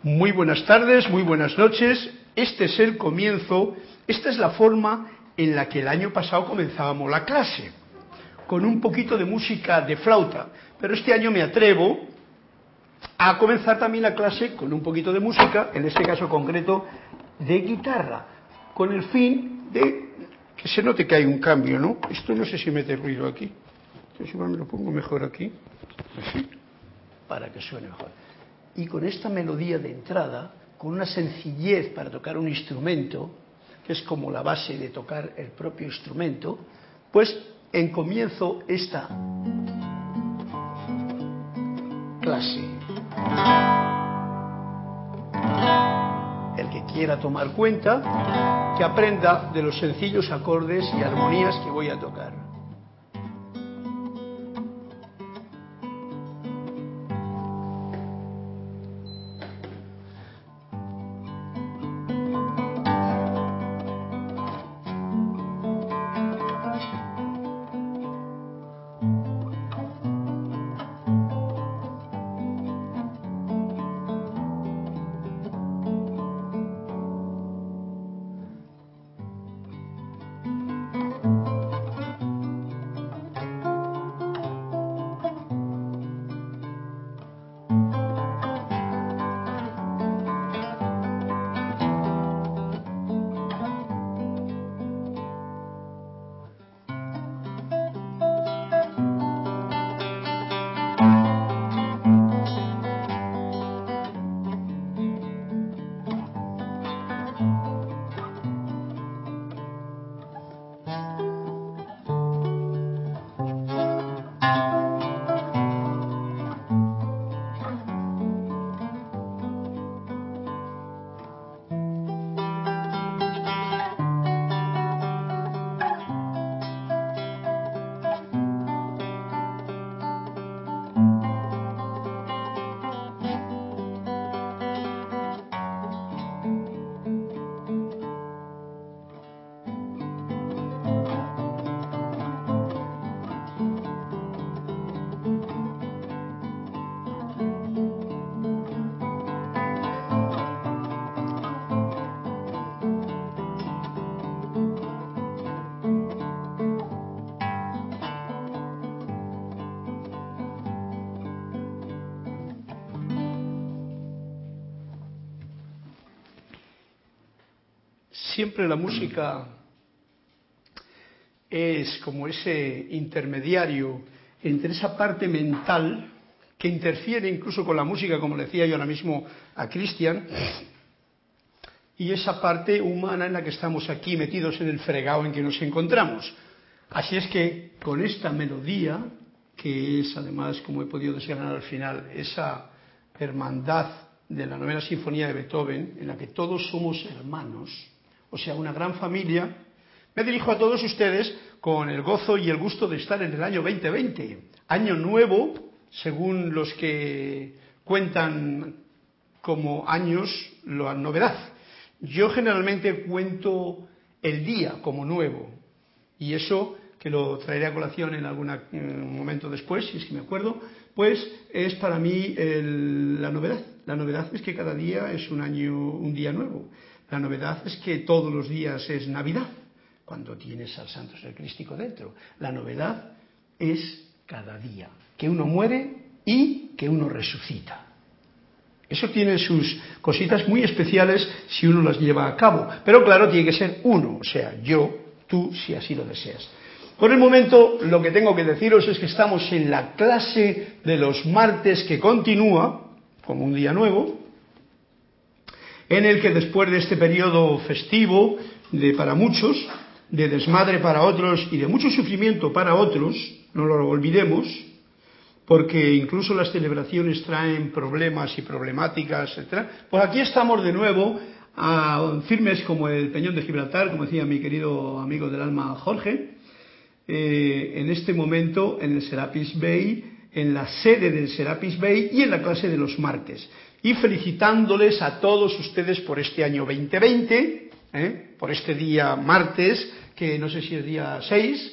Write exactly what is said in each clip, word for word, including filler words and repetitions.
Muy buenas tardes, muy buenas noches. Este es el comienzo, esta es la forma en la que el año pasado comenzábamos la clase, con un poquito de música de flauta. Pero este año me atrevo a comenzar también la clase con un poquito de música, en este caso concreto de guitarra, con el fin de que se note que hay un cambio, ¿no? Esto no sé si mete ruido aquí. Entonces igual me lo pongo mejor aquí, así, para que suene mejor. Y con esta melodía de entrada, con una sencillez para tocar un instrumento, que es como la base de tocar el propio instrumento, pues encomienzo esta clase. El que quiera tomar cuenta, que aprenda de los sencillos acordes y armonías que voy a tocar. Siempre la música es como ese intermediario entre esa parte mental que interfiere incluso con la música, como le decía yo ahora mismo a Cristian, y esa parte humana en la que estamos aquí metidos en el fregado en que nos encontramos. Así es que con esta melodía, que es además, como he podido desgranar al final, esa hermandad de la novena sinfonía de Beethoven, en la que todos somos hermanos, o sea, una gran familia, me dirijo a todos ustedes con el gozo y el gusto de estar en el año veinte veinte, año nuevo, según los que cuentan como años la novedad. Yo generalmente cuento el día como nuevo, y eso, que lo traeré a colación en algún momento después, si es que me acuerdo, pues es para mí el, la novedad. La novedad es que cada día es un año, un día nuevo. La novedad es que todos los días es Navidad, cuando tienes al Santo Ser Crístico dentro. La novedad es cada día, que uno muere y que uno resucita. Eso tiene sus cositas muy especiales si uno las lleva a cabo. Pero claro, tiene que ser uno, o sea, yo, tú, si así lo deseas. Por el momento, lo que tengo que deciros es que estamos en la clase de los martes que continúa, como un día nuevo, en el que después de este periodo festivo, de para muchos, de desmadre para otros y de mucho sufrimiento para otros, no lo olvidemos, porque incluso las celebraciones traen problemas y problemáticas, etcétera. Pues aquí estamos de nuevo, a, firmes como el peñón de Gibraltar, como decía mi querido amigo del alma Jorge, eh, en este momento en el Serapis Bay, en la sede del Serapis Bay y en la clase de los martes. Y felicitándoles a todos ustedes por este año veinte veinte, ¿eh? Por este día martes, que no sé si es día seis,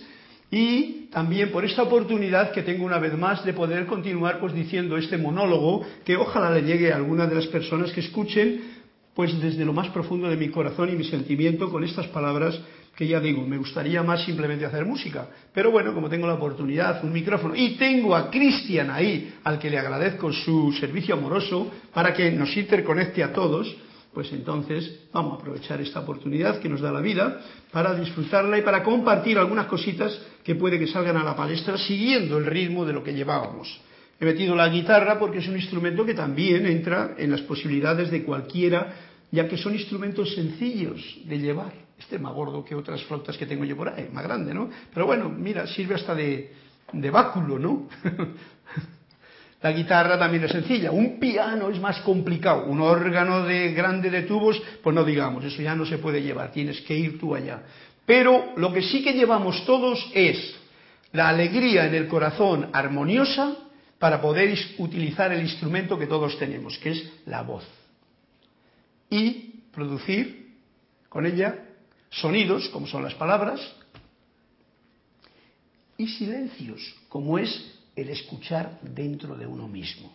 y también por esta oportunidad que tengo una vez más de poder continuar pues diciendo este monólogo que ojalá le llegue a alguna de las personas que escuchen pues desde lo más profundo de mi corazón y mi sentimiento con estas palabras que ya digo, me gustaría más simplemente hacer música, pero bueno, como tengo la oportunidad, un micrófono y tengo a Cristian ahí, al que le agradezco su servicio amoroso para que nos interconecte a todos, pues entonces vamos a aprovechar esta oportunidad que nos da la vida para disfrutarla y para compartir algunas cositas que puede que salgan a la palestra siguiendo el ritmo de lo que llevábamos. He metido la guitarra porque es un instrumento que también entra en las posibilidades de cualquiera, ya que son instrumentos sencillos de llevar. Este es más gordo que otras flautas que tengo yo por ahí, más grande, ¿no? Pero bueno, mira, sirve hasta de, de báculo, ¿no? La guitarra también es sencilla, un piano es más complicado, un órgano de grande de tubos, pues no digamos, eso ya no se puede llevar, tienes que ir tú allá. Pero lo que sí que llevamos todos es la alegría en el corazón armoniosa para poder utilizar el instrumento que todos tenemos, que es la voz. Y producir con ella sonidos, como son las palabras, y silencios, como es el escuchar dentro de uno mismo.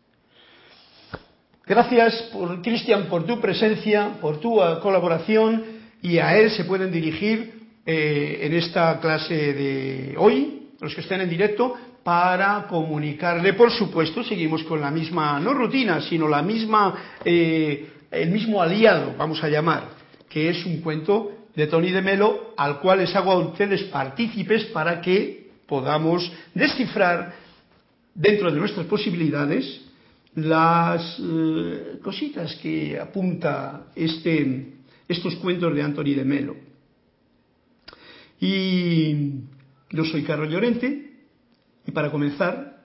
Gracias, por, Cristian, por tu presencia, por tu colaboración, y a él se pueden dirigir eh, en esta clase de hoy, los que estén en directo, para comunicarle, por supuesto, seguimos con la misma, no rutina, sino la misma, eh, el mismo aliado, vamos a llamar, que es un cuento de Toni de Melo, al cual les hago a ustedes partícipes para que podamos descifrar dentro de nuestras posibilidades las eh, cositas que apunta este, estos cuentos de Antoni de Melo. Y yo soy Carlos Llorente, y para comenzar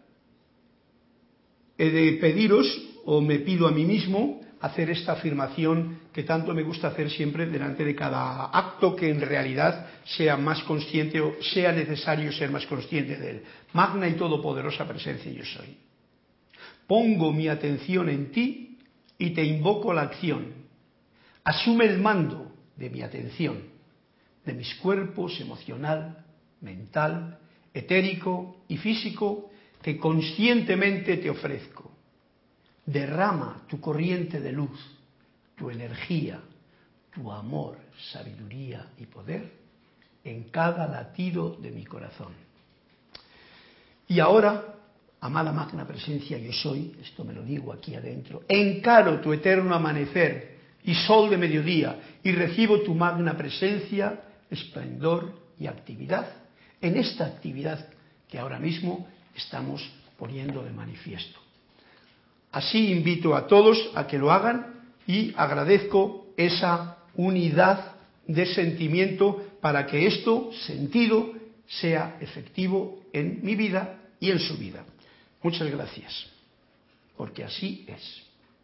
he de pediros, o me pido a mí mismo, hacer esta afirmación que tanto me gusta hacer siempre delante de cada acto que en realidad sea más consciente o sea necesario ser más consciente de él. Magna y todopoderosa presencia yo soy. Pongo mi atención en ti y te invoco a la acción. Asume el mando de mi atención, de mis cuerpos emocional, mental, etérico y físico que conscientemente te ofrezco. Derrama tu corriente de luz, tu energía, tu amor, sabiduría y poder en cada latido de mi corazón. Y ahora, amada magna presencia yo soy, esto me lo digo aquí adentro, encaro tu eterno amanecer y sol de mediodía y recibo tu magna presencia, esplendor y actividad en esta actividad que ahora mismo estamos poniendo de manifiesto. Así invito a todos a que lo hagan y agradezco esa unidad de sentimiento para que esto, sentido, sea efectivo en mi vida y en su vida. Muchas gracias, porque así es.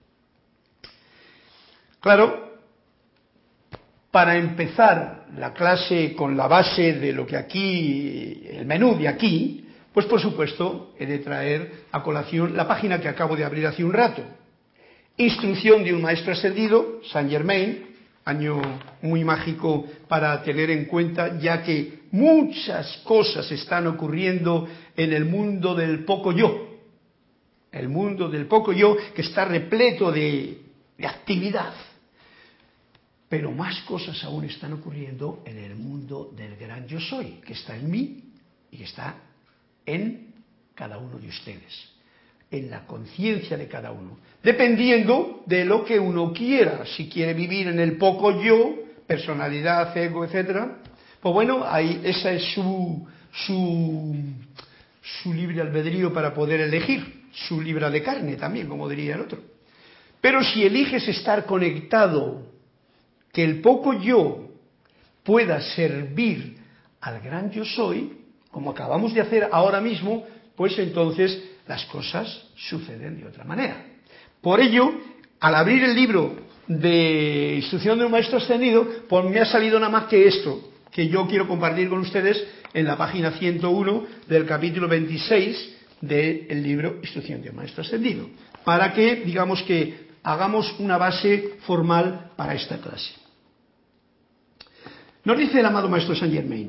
Claro, para empezar la clase con la base de lo que aquí, el menú de aquí, pues por supuesto he de traer a colación la página que acabo de abrir hace un rato. Instrucción de un maestro ascendido, Saint Germain, año muy mágico para tener en cuenta, ya que muchas cosas están ocurriendo en el mundo del poco yo. El mundo del poco yo que está repleto de, de actividad. Pero más cosas aún están ocurriendo en el mundo del gran yo soy, que está en mí y que está en cada uno de ustedes, en la conciencia de cada uno, dependiendo de lo que uno quiera. Si quiere vivir en el poco yo, personalidad, ego, etcétera, pues bueno, ahí esa es su, su, su libre albedrío para poder elegir, su libra de carne también, como diría el otro. Pero si eliges estar conectado, que el poco yo pueda servir al gran yo soy, como acabamos de hacer ahora mismo, pues entonces las cosas suceden de otra manera. Por ello, al abrir el libro de Instrucción de un Maestro Ascendido, pues me ha salido nada más que esto, que yo quiero compartir con ustedes en la página ciento uno del capítulo veintiséis del libro Instrucción de un Maestro Ascendido, para que, digamos que, hagamos una base formal para esta clase. Nos dice el amado Maestro Saint Germain: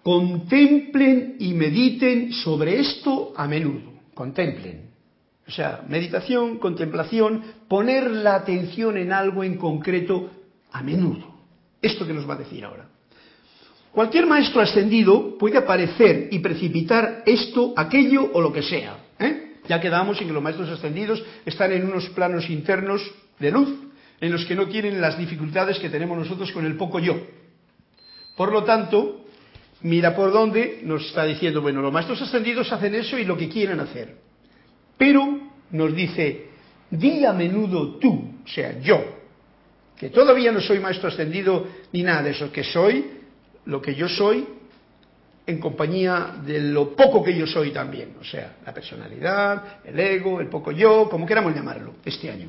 contemplen y mediten sobre esto a menudo. Contemplen. O sea, meditación, contemplación, poner la atención en algo en concreto a menudo. Esto que nos va a decir ahora. Cualquier maestro ascendido puede aparecer y precipitar esto, aquello o lo que sea. ¿eh? Ya quedamos en que los maestros ascendidos están en unos planos internos de luz, en los que no tienen las dificultades que tenemos nosotros con el poco yo. Por lo tanto, mira por dónde nos está diciendo, bueno, los maestros ascendidos hacen eso y lo que quieren hacer. Pero nos dice, di a menudo tú, o sea, yo, que todavía no soy maestro ascendido ni nada de eso, que soy lo que yo soy en compañía de lo poco que yo soy también, o sea, la personalidad, el ego, el poco yo, como queramos llamarlo, este año.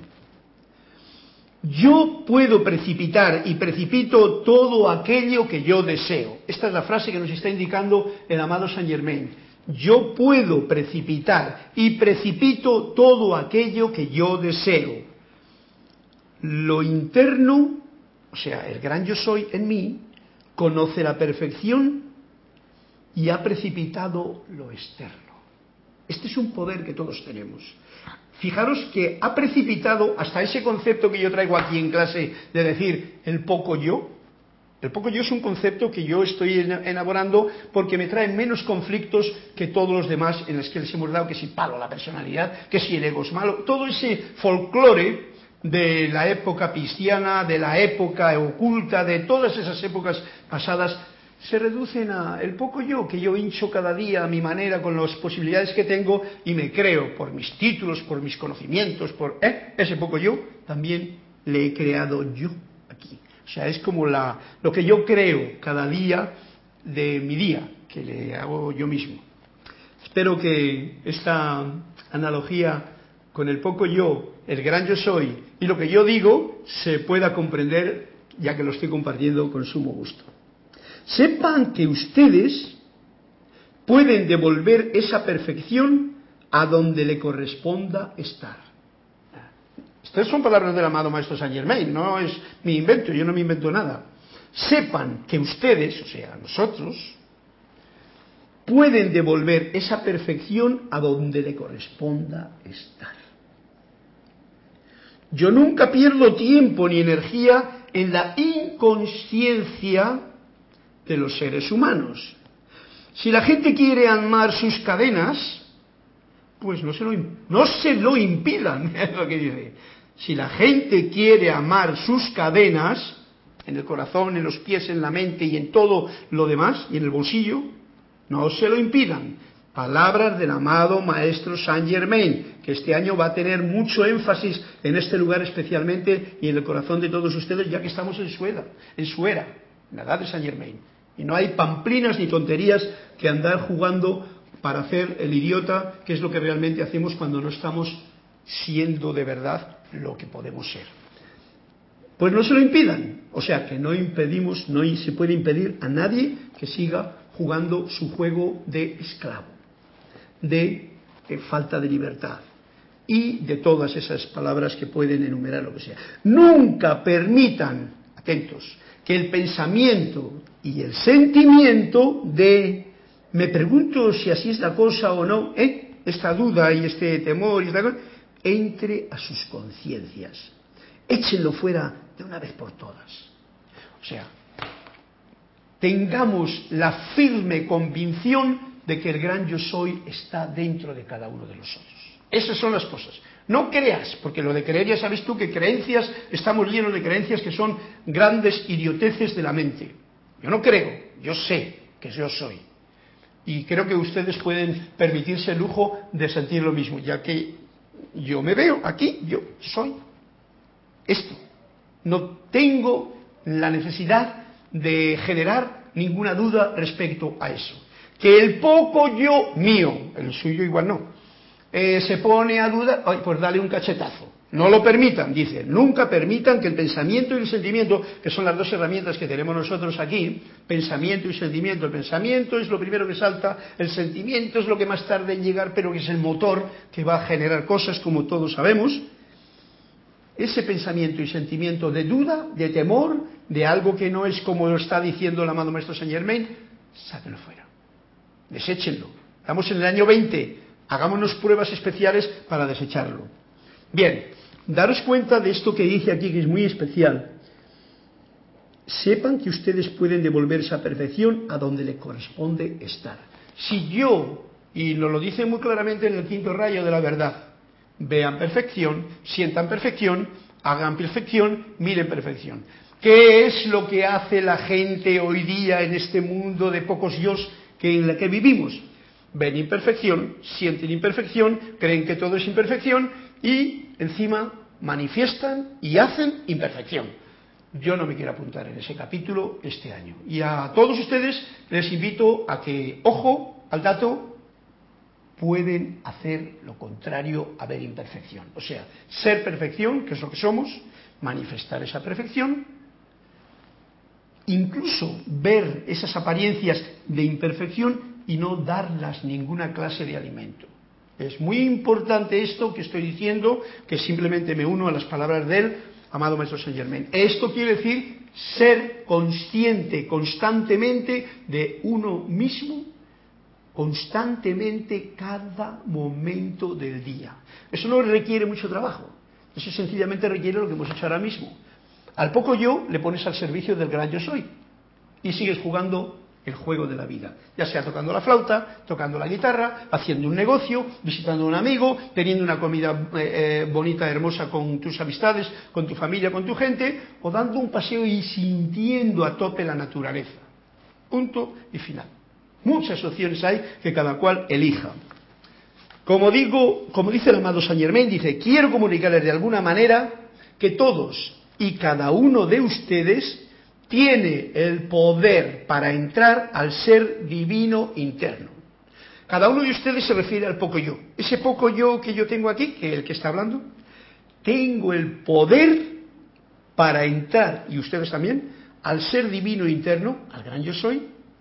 Yo puedo precipitar y precipito todo aquello que yo deseo. Esta es la frase que nos está indicando el amado Saint Germain. Yo puedo precipitar y precipito todo aquello que yo deseo. Lo interno, o sea, el gran yo soy en mí, conoce la perfección y ha precipitado lo externo. Este es un poder que todos tenemos. Fijaros que ha precipitado hasta ese concepto que yo traigo aquí en clase de decir el poco yo. El poco yo es un concepto que yo estoy elaborando porque me trae menos conflictos que todos los demás en los que les hemos dado, que si palo la personalidad, que si el ego es malo, todo ese folclore de la época cristiana, de la época oculta, de todas esas épocas pasadas, se reducen a el poco yo, que yo hincho cada día a mi manera con las posibilidades que tengo y me creo por mis títulos, por mis conocimientos, por ¿eh? ese poco yo, también le he creado yo aquí. O sea, es como la, lo que yo creo cada día de mi día, que le hago yo mismo. Espero que esta analogía con el poco yo, el gran yo soy y lo que yo digo se pueda comprender, ya que lo estoy compartiendo con sumo gusto. Sepan que ustedes pueden devolver esa perfección a donde le corresponda estar. Estas son palabras del amado Maestro Saint Germain, no es mi invento, yo no me invento nada. Sepan que ustedes, o sea, nosotros, pueden devolver esa perfección a donde le corresponda estar. Yo nunca pierdo tiempo ni energía en la inconsciencia de los seres humanos. Si la gente quiere amar sus cadenas, pues no se lo, no se lo impidan, es lo que dice. Si la gente quiere amar sus cadenas, en el corazón, en los pies, en la mente y en todo lo demás, y en el bolsillo, no se lo impidan. Palabras del amado Maestro Saint Germain, que este año va a tener mucho énfasis en este lugar especialmente y en el corazón de todos ustedes, ya que estamos en su era, en su era, en la edad de Saint Germain. Y no hay pamplinas ni tonterías que andar jugando para hacer el idiota, que es lo que realmente hacemos cuando no estamos siendo de verdad lo que podemos ser. Pues no se lo impidan. O sea, que no impedimos, no se puede impedir a nadie que siga jugando su juego de esclavo, de, de falta de libertad y de todas esas palabras que pueden enumerar lo que sea. Nunca permitan, atentos, que el pensamiento y el sentimiento de me pregunto si así es la cosa o no, ¿eh? esta duda y este temor y esta cosa, entre a sus conciencias. Échenlo fuera de una vez por todas. O sea, tengamos la firme convicción de que el gran yo soy está dentro de cada uno de nosotros. Esas son las cosas. No creas, porque lo de creer ya sabes tú que creencias, estamos llenos de creencias que son grandes idioteces de la mente. Yo no creo, yo sé que yo soy. Y creo que ustedes pueden permitirse el lujo de sentir lo mismo, ya que yo me veo aquí, yo soy esto. No tengo la necesidad de generar ninguna duda respecto a eso. Que el poco yo mío, el suyo igual no, eh, se pone a dudar, ay, pues dale un cachetazo. No lo permitan, dice, nunca permitan que el pensamiento y el sentimiento, que son las dos herramientas que tenemos nosotros aquí, pensamiento y sentimiento. El pensamiento es lo primero que salta, el sentimiento es lo que más tarde en llegar, pero que es el motor que va a generar cosas, como todos sabemos. Ese pensamiento y sentimiento de duda, de temor, de algo que no es como lo está diciendo el amado Maestro Saint Germain, sáquenlo fuera, deséchenlo. Estamos en el año veinte, hagámonos pruebas especiales para desecharlo. Bien, daros cuenta de esto que dice aquí, que es muy especial. Sepan que ustedes pueden devolver esa perfección a donde le corresponde estar. Si yo, y nos lo dice muy claramente en el quinto rayo de la verdad, vean perfección, sientan perfección, hagan perfección, miren perfección. ¿Qué es lo que hace la gente hoy día en este mundo de pocos yos que en la que vivimos? Ven imperfección, sienten imperfección, creen que todo es imperfección y encima manifiestan y hacen imperfección. Yo no me quiero apuntar en ese capítulo este año. Y a todos ustedes les invito a que, ojo al dato, pueden hacer lo contrario a ver imperfección. O sea, ser perfección, que es lo que somos, manifestar esa perfección, incluso ver esas apariencias de imperfección y no darlas ninguna clase de alimento. Es muy importante esto que estoy diciendo, que simplemente me uno a las palabras de él, amado Maestro Saint Germain. Esto quiere decir ser consciente constantemente de uno mismo, constantemente cada momento del día. Eso no requiere mucho trabajo, eso sencillamente requiere lo que hemos hecho ahora mismo. Al poco yo le pones al servicio del gran yo soy y sigues jugando el juego de la vida, ya sea tocando la flauta, tocando la guitarra, haciendo un negocio, visitando a un amigo, teniendo una comida eh, eh, bonita, hermosa con tus amistades, con tu familia, con tu gente, o dando un paseo y sintiendo a tope la naturaleza. Punto y final. Muchas opciones hay que cada cual elija. Como digo, como dice el amado Saint Germain, dice, quiero comunicarles de alguna manera que todos y cada uno de ustedes tiene el poder para entrar al ser divino interno. Cada uno de ustedes se refiere al poco yo. Ese poco yo que yo tengo aquí, que es el que está hablando, tengo el poder para entrar, y ustedes también, al ser divino interno, al gran yo soy,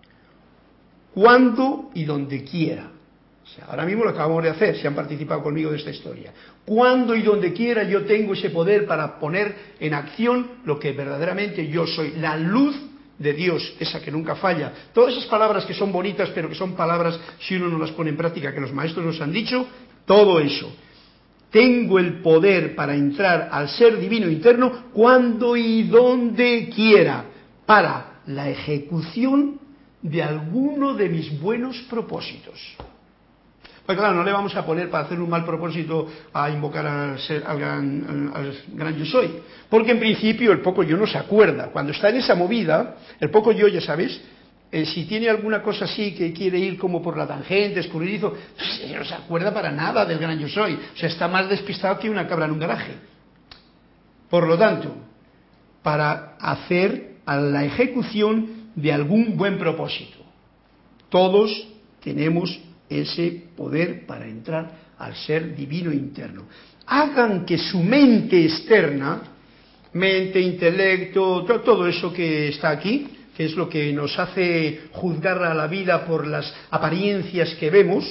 cuando y donde quiera. O sea, ahora mismo lo acabamos de hacer, si han participado conmigo de esta historia. Cuando y donde quiera yo tengo ese poder para poner en acción lo que verdaderamente yo soy, la luz de Dios, esa que nunca falla. Todas esas palabras que son bonitas, pero que son palabras, si uno no las pone en práctica, que los maestros nos han dicho, todo eso. Tengo el poder para entrar al ser divino interno cuando y donde quiera, para la ejecución de alguno de mis buenos propósitos. Pues claro, no le vamos a poner para hacer un mal propósito a invocar al, ser, al, gran, al gran yo soy, porque en principio el poco yo no se acuerda. Cuando está en esa movida, el poco yo, ya sabéis, eh, si tiene alguna cosa así que quiere ir como por la tangente, escurridizo, pues, no se acuerda para nada del gran yo soy. O sea, está más despistado que una cabra en un garaje. Por lo tanto, para hacer a la ejecución de algún buen propósito, todos tenemos ese poder para entrar al ser divino interno. Hagan que su mente externa, mente, intelecto, todo eso que está aquí, que es lo que nos hace juzgar a la vida por las apariencias que vemos,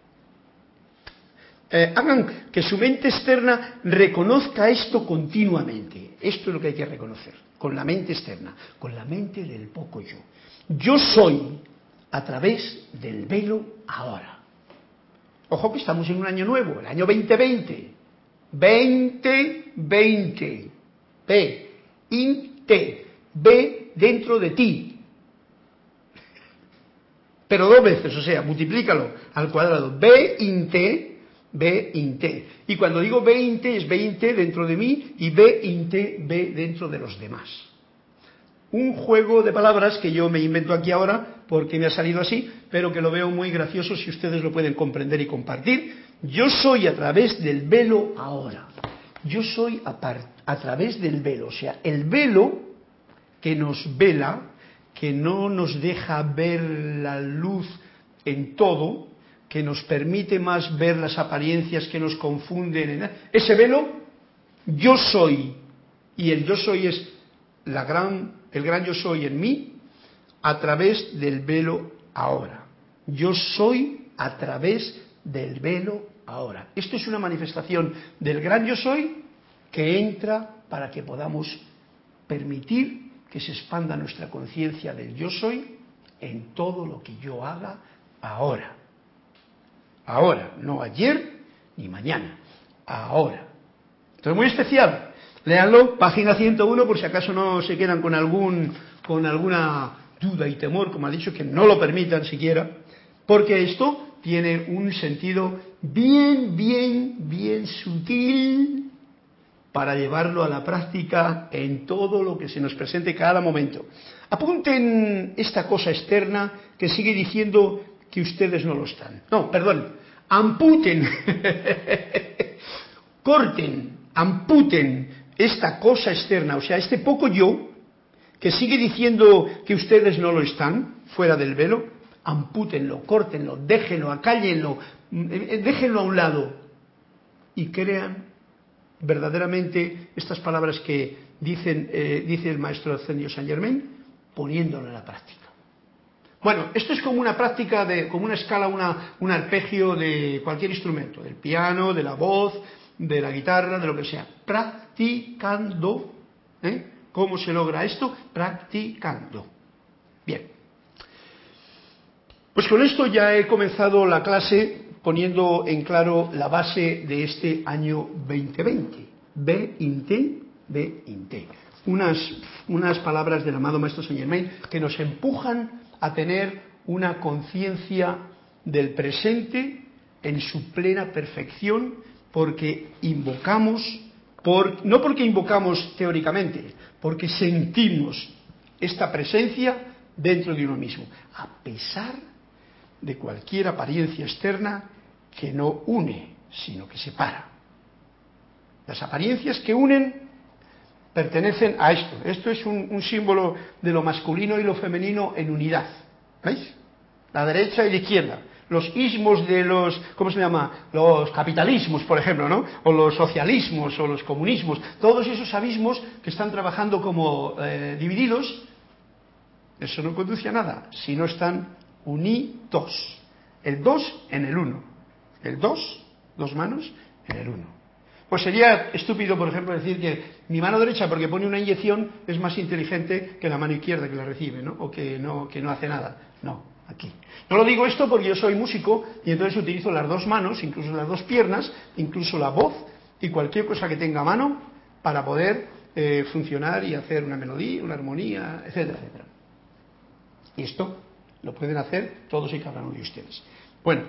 eh, hagan que su mente externa reconozca esto continuamente. Esto es lo que hay que reconocer, con la mente externa, con la mente del poco yo. Yo soy a través del velo ahora. Ojo que estamos en un año nuevo, el año veinte veinte. veinte veinte. Ve, in te, ve dentro de ti. Pero dos veces, o sea, multiplícalo al cuadrado. Ve in te, ve in te. Y cuando digo veinte es veinte dentro de mí y ve in te, ve dentro de los demás. Un juego de palabras que yo me invento aquí ahora porque me ha salido así, pero que lo veo muy gracioso si ustedes lo pueden comprender y compartir. Yo soy a través del velo ahora. Yo soy a, par, a través del velo, o sea, el velo que nos vela, que no nos deja ver la luz en todo, que nos permite más ver las apariencias que nos confunden. Ese velo, yo soy, y el yo soy es la gran, el gran yo soy en mí, a través del velo ahora. Yo soy a través del velo ahora. Esto es una manifestación del gran yo soy que entra para que podamos permitir que se expanda nuestra conciencia del yo soy en todo lo que yo haga ahora. Ahora, no ayer ni mañana, ahora. Entonces, muy especial. Léanlo, página ciento uno, por si acaso no se quedan con algún con alguna duda y temor, como ha dicho, que no lo permitan siquiera, porque esto tiene un sentido bien, bien, bien sutil para llevarlo a la práctica en todo lo que se nos presente cada momento. Apunten esta cosa externa que sigue diciendo que ustedes no lo están. No, perdón, amputen, corten, amputen esta cosa externa, o sea, este poco yo que sigue diciendo que ustedes no lo están, fuera del velo, ampútenlo, córtenlo, déjenlo, acállenlo, déjenlo a un lado y crean verdaderamente estas palabras que dicen, eh, dice el maestro Ascendido Saint Germain, poniéndolo en la práctica. Bueno, esto es como una práctica, de, como una escala, una, un arpegio de cualquier instrumento, del piano, de la voz, de la guitarra, de lo que sea. Practicando, ¿eh? ¿Cómo se logra esto? Practicando. Bien. Pues con esto ya he comenzado la clase poniendo en claro la base de este año veinte veinte. veinte, veinte. Unas, unas palabras del amado Maestro Saint Germain que nos empujan a tener una conciencia del presente en su plena perfección, porque invocamos, por, no porque invocamos teóricamente, porque sentimos esta presencia dentro de uno mismo, a pesar de cualquier apariencia externa que no une, sino que separa. Las apariencias que unen pertenecen a esto. Esto es un, un símbolo de lo masculino y lo femenino en unidad. ¿Veis? La derecha y la izquierda. Los ismos de los, ¿cómo se llama? Los capitalismos, por ejemplo, ¿no? O los socialismos o los comunismos. Todos esos abismos que están trabajando como eh, divididos, eso no conduce a nada si no están unidos. El dos en el uno. El dos, dos manos en el uno. Pues sería estúpido, por ejemplo, decir que mi mano derecha, porque pone una inyección, es más inteligente que la mano izquierda que la recibe, ¿no? O que no, que no hace nada. No, aquí. No lo digo esto porque yo soy músico y entonces utilizo las dos manos, incluso las dos piernas, incluso la voz y cualquier cosa que tenga mano para poder eh, funcionar y hacer una melodía, una armonía, etcétera, etcétera. Y esto lo pueden hacer todos y cada uno de ustedes. Bueno,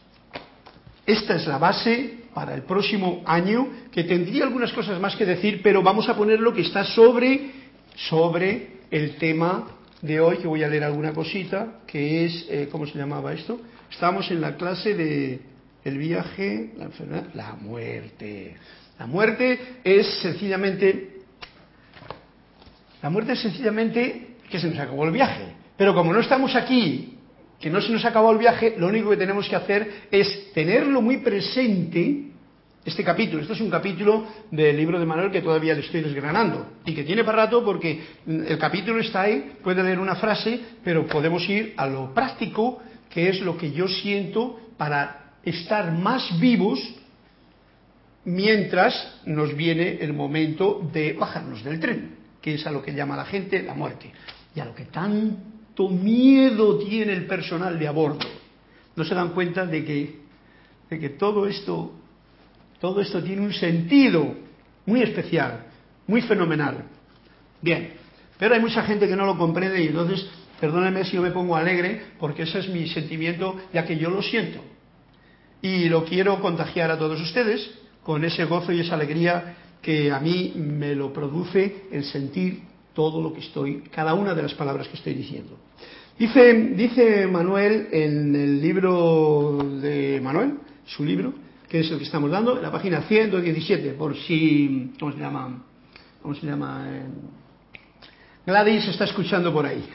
esta es la base para el próximo año, que tendría algunas cosas más que decir, pero vamos a poner lo que está sobre, sobre el tema de hoy, que voy a leer alguna cosita, que es, eh, ¿cómo se llamaba esto? Estamos en la clase de el viaje, la enfermedad, la muerte. La muerte es sencillamente, la muerte es sencillamente que se nos acabó el viaje. Pero como no estamos aquí, que no se nos acabó el viaje, lo único que tenemos que hacer es tenerlo muy presente, este capítulo. Este es un capítulo del libro de Manuel que todavía le estoy desgranando y que tiene para rato porque el capítulo está ahí, puede leer una frase, pero podemos ir a lo práctico, que es lo que yo siento para estar más vivos mientras nos viene el momento de bajarnos del tren, que es a lo que llama la gente la muerte, y a lo que tanto miedo tiene el personal de a bordo. No se dan cuenta de que, de que todo esto, todo esto tiene un sentido muy especial, muy fenomenal. Bien, pero hay mucha gente que no lo comprende y entonces, perdónenme si yo me pongo alegre, porque ese es mi sentimiento, ya que yo lo siento. Y lo quiero contagiar a todos ustedes con ese gozo y esa alegría que a mí me lo produce el sentir todo lo que estoy, cada una de las palabras que estoy diciendo. Dice, dice Manuel en el libro de Manuel, su libro, que es el que estamos dando, en la página ciento diecisiete, por si, ¿cómo se llama? ¿Cómo se llama? Gladys está escuchando por ahí.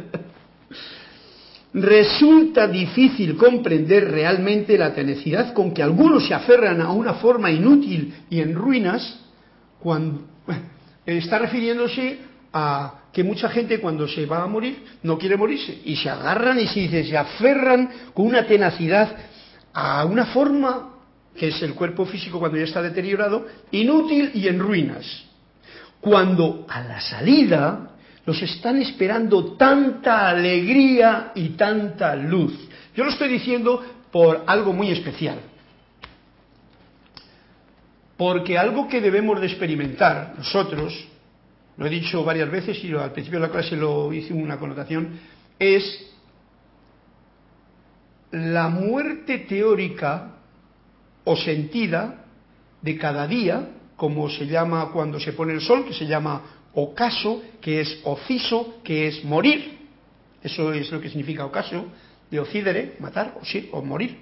Resulta difícil comprender realmente la tenacidad con que algunos se aferran a una forma inútil y en ruinas, cuando está refiriéndose a que mucha gente cuando se va a morir no quiere morirse y se agarran y se, dice, se aferran con una tenacidad a una forma que es el cuerpo físico cuando ya está deteriorado, inútil y en ruinas, cuando a la salida los están esperando tanta alegría y tanta luz. Yo lo estoy diciendo por algo muy especial. Porque algo que debemos de experimentar nosotros, lo he dicho varias veces y al principio de la clase lo hice una connotación, es la muerte teórica o sentida de cada día, como se llama cuando se pone el sol, que se llama ocaso, que es ociso, que es morir. Eso es lo que significa ocaso, de ocidere, matar o, sí, o morir.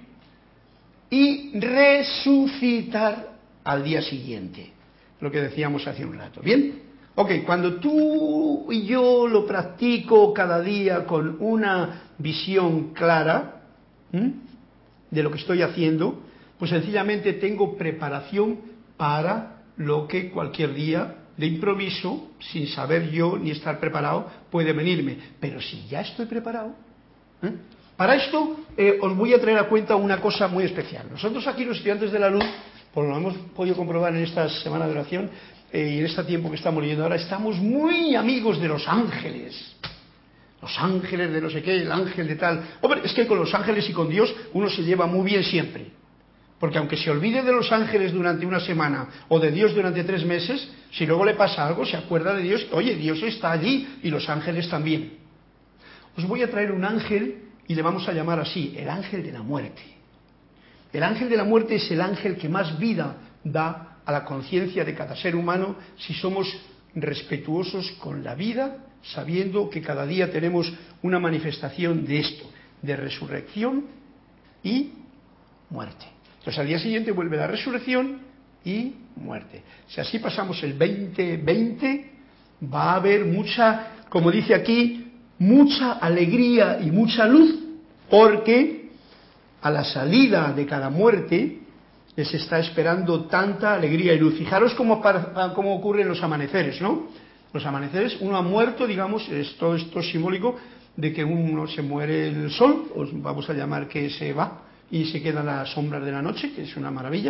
Y resucitar al día siguiente, lo que decíamos hace un rato. ¿Bien? Ok, cuando tú y yo lo practico cada día con una visión clara, ¿m? de lo que estoy haciendo, pues sencillamente tengo preparación para lo que cualquier día de improviso, sin saber yo ni estar preparado, puede venirme. Pero si ya estoy preparado, ¿eh? Para esto eh, os voy a traer a cuenta una cosa muy especial. Nosotros aquí los estudiantes de la luz, por lo que hemos podido comprobar en esta semana de oración eh, y en este tiempo que estamos leyendo ahora, estamos muy amigos de los ángeles. Los ángeles de no sé qué, el ángel de tal. Hombre, es que con los ángeles y con Dios uno se lleva muy bien siempre. Porque aunque se olvide de los ángeles durante una semana o de Dios durante tres meses, si luego le pasa algo, se acuerda de Dios. Oye, Dios está allí y los ángeles también. Os voy a traer un ángel y le vamos a llamar así, el ángel de la muerte. El ángel de la muerte es el ángel que más vida da a la conciencia de cada ser humano si somos respetuosos con la vida, sabiendo que cada día tenemos una manifestación de esto, de resurrección y muerte. Entonces al día siguiente vuelve la resurrección y muerte. Si así pasamos el veinte veinte, va a haber mucha, como dice aquí, mucha alegría y mucha luz, porque a la salida de cada muerte les está esperando tanta alegría y luz. Fijaros cómo, cómo ocurren los amaneceres, ¿no? Los amaneceres, uno ha muerto, digamos, es, todo esto es simbólico de que uno se muere el sol, os vamos a llamar que se va, y se quedan las sombras de la noche, que es una maravilla,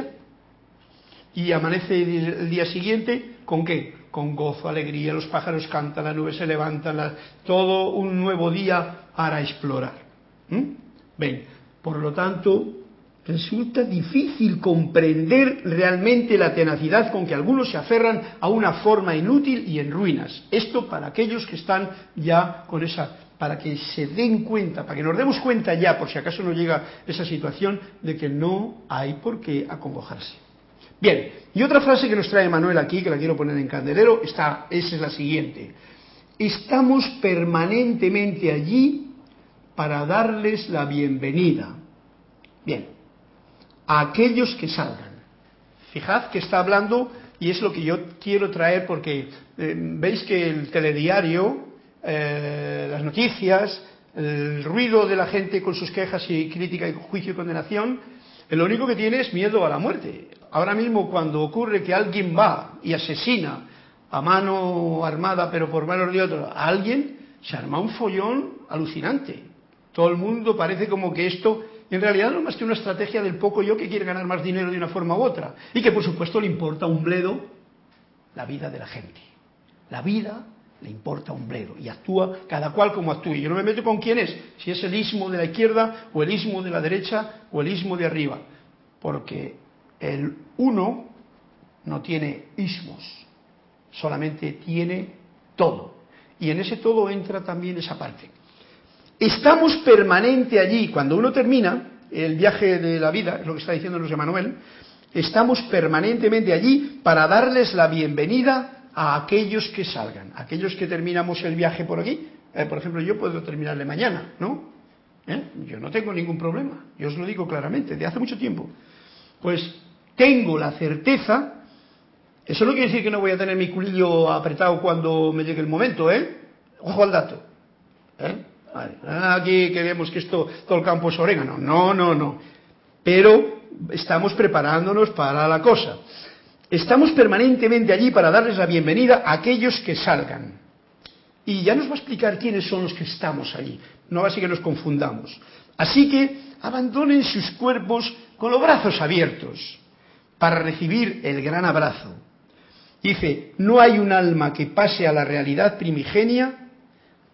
y amanece el día siguiente, ¿con qué? Con gozo, alegría, los pájaros cantan, las nubes se levantan, la, todo un nuevo día para explorar. ¿Mm? Bien, por lo tanto, resulta difícil comprender realmente la tenacidad con que algunos se aferran a una forma inútil y en ruinas. Esto para aquellos que están ya con esa, para que se den cuenta, para que nos demos cuenta ya, por si acaso no llega esa situación, de que no hay por qué acongojarse. Bien, y otra frase que nos trae Manuel aquí, que la quiero poner en candelero, está, esa es la siguiente. Estamos permanentemente allí para darles la bienvenida. Bien, a aquellos que salgan. Fijad que está hablando, y es lo que yo quiero traer, porque eh, veis que el telediario, eh, las noticias, el ruido de la gente con sus quejas y crítica y juicio y condenación, lo único que tiene es miedo a la muerte. Ahora mismo cuando ocurre que alguien va y asesina a mano armada, pero por manos de otro, a alguien, se arma un follón alucinante. Todo el mundo parece como que esto, en realidad no es más que una estrategia del poco yo que quiere ganar más dinero de una forma u otra. Y que por supuesto le importa un bledo la vida de la gente. La vida le importa un bledo y actúa cada cual como actúe. Yo no me meto con quién es, si es el ismo de la izquierda o el ismo de la derecha o el ismo de arriba. Porque el uno no tiene ismos, solamente tiene todo. Y en ese todo entra también esa parte. Estamos permanente allí. Cuando uno termina el viaje de la vida, es lo que está diciendo José Manuel, estamos permanentemente allí para darles la bienvenida a aquellos que salgan, aquellos que terminamos el viaje por aquí. Eh, por ejemplo, yo puedo terminarle mañana, ¿no? ¿Eh? Yo no tengo ningún problema, yo os lo digo claramente, de hace mucho tiempo. Pues tengo la certeza, eso no quiere decir que no voy a tener mi culillo apretado cuando me llegue el momento, ¿eh? Ojo al dato, ¿eh? Vale. Aquí queremos que esto, todo el campo es orégano. No, no, no. Pero estamos preparándonos para la cosa. Estamos permanentemente allí para darles la bienvenida a aquellos que salgan. Y ya nos va a explicar quiénes son los que estamos allí. No así que nos confundamos. Así que abandonen sus cuerpos con los brazos abiertos para recibir el gran abrazo. Dice, no hay un alma que pase a la realidad primigenia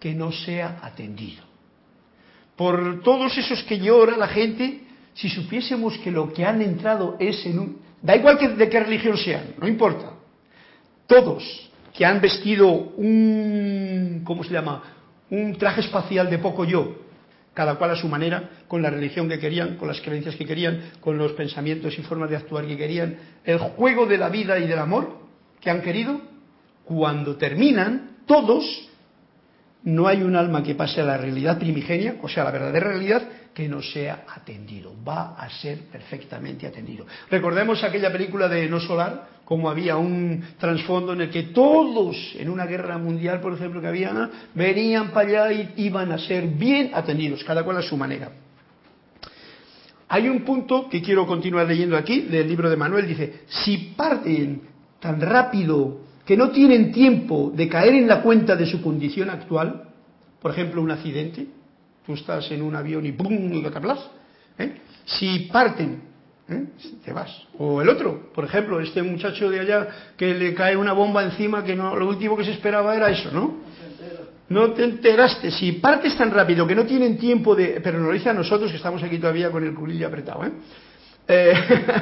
que no sea atendido. Por todos esos que llora la gente, si supiésemos que lo que han entrado es en un... Da igual que de qué religión sean, no importa. Todos que han vestido un... ¿cómo se llama? Un traje espacial de poco yo, cada cual a su manera, con la religión que querían, con las creencias que querían, con los pensamientos y formas de actuar que querían, el juego de la vida y del amor que han querido, cuando terminan, todos, no hay un alma que pase a la realidad primigenia, o sea, a la verdadera realidad, que no sea atendido. Va a ser perfectamente atendido. Recordemos aquella película de No Solar, como había un trasfondo en el que todos, en una guerra mundial, por ejemplo, que había, venían para allá y iban a ser bien atendidos, cada cual a su manera. Hay un punto que quiero continuar leyendo aquí, del libro de Manuel, dice, si parten tan rápido que no tienen tiempo de caer en la cuenta de su condición actual, por ejemplo, un accidente, tú estás en un avión y ¡pum! Y te hablas, ¿eh? Si parten, ¿eh? Te vas. O el otro, por ejemplo, este muchacho de allá que le cae una bomba encima que no, lo último que se esperaba era eso, ¿no? No te enteraste. Si partes tan rápido que no tienen tiempo de... Pero nos lo dice a nosotros que estamos aquí todavía con el culillo apretado, ¿eh? eh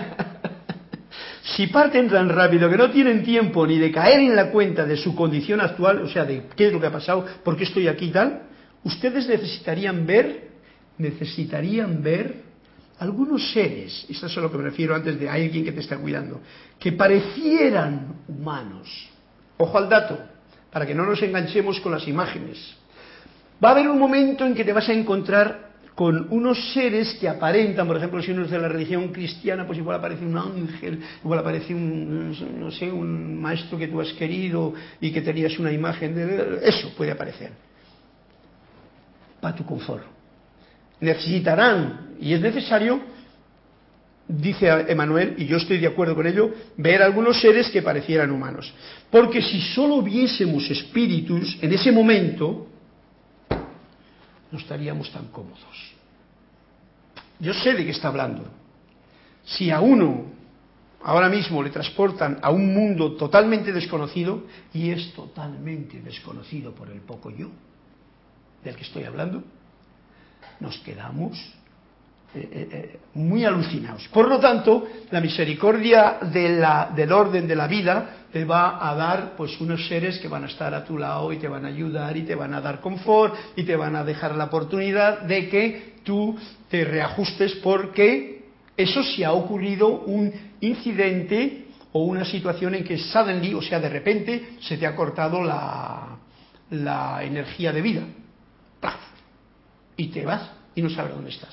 Si parten tan rápido que no tienen tiempo ni de caer en la cuenta de su condición actual, o sea, de qué es lo que ha pasado, por qué estoy aquí y tal, ustedes necesitarían ver, necesitarían ver algunos seres, y eso es a lo que me refiero antes de alguien que te está cuidando, que parecieran humanos. Ojo al dato, para que no nos enganchemos con las imágenes. Va a haber un momento en que te vas a encontrar con unos seres que aparentan, por ejemplo, si uno es de la religión cristiana, pues igual aparece un ángel, igual aparece un, no sé, un maestro que tú has querido y que tenías una imagen de... Eso puede aparecer. Para tu confort. Necesitarán, y es necesario, dice Emmanuel, y yo estoy de acuerdo con ello, ver algunos seres que parecieran humanos. Porque si solo viésemos espíritus en ese momento, no estaríamos tan cómodos. Yo sé de qué está hablando. Si a uno ahora mismo le transportan a un mundo totalmente desconocido, y es totalmente desconocido por el poco yo del que estoy hablando, nos quedamos eh, eh, muy alucinados. Por lo tanto, la misericordia de la, del orden de la vida te va a dar pues unos seres que van a estar a tu lado y te van a ayudar y te van a dar confort y te van a dejar la oportunidad de que tú te reajustes, porque eso sí ha ocurrido un incidente o una situación en que suddenly, o sea, de repente se te ha cortado la, la energía de vida. ¡Plaf! Y te vas y no sabes dónde estás.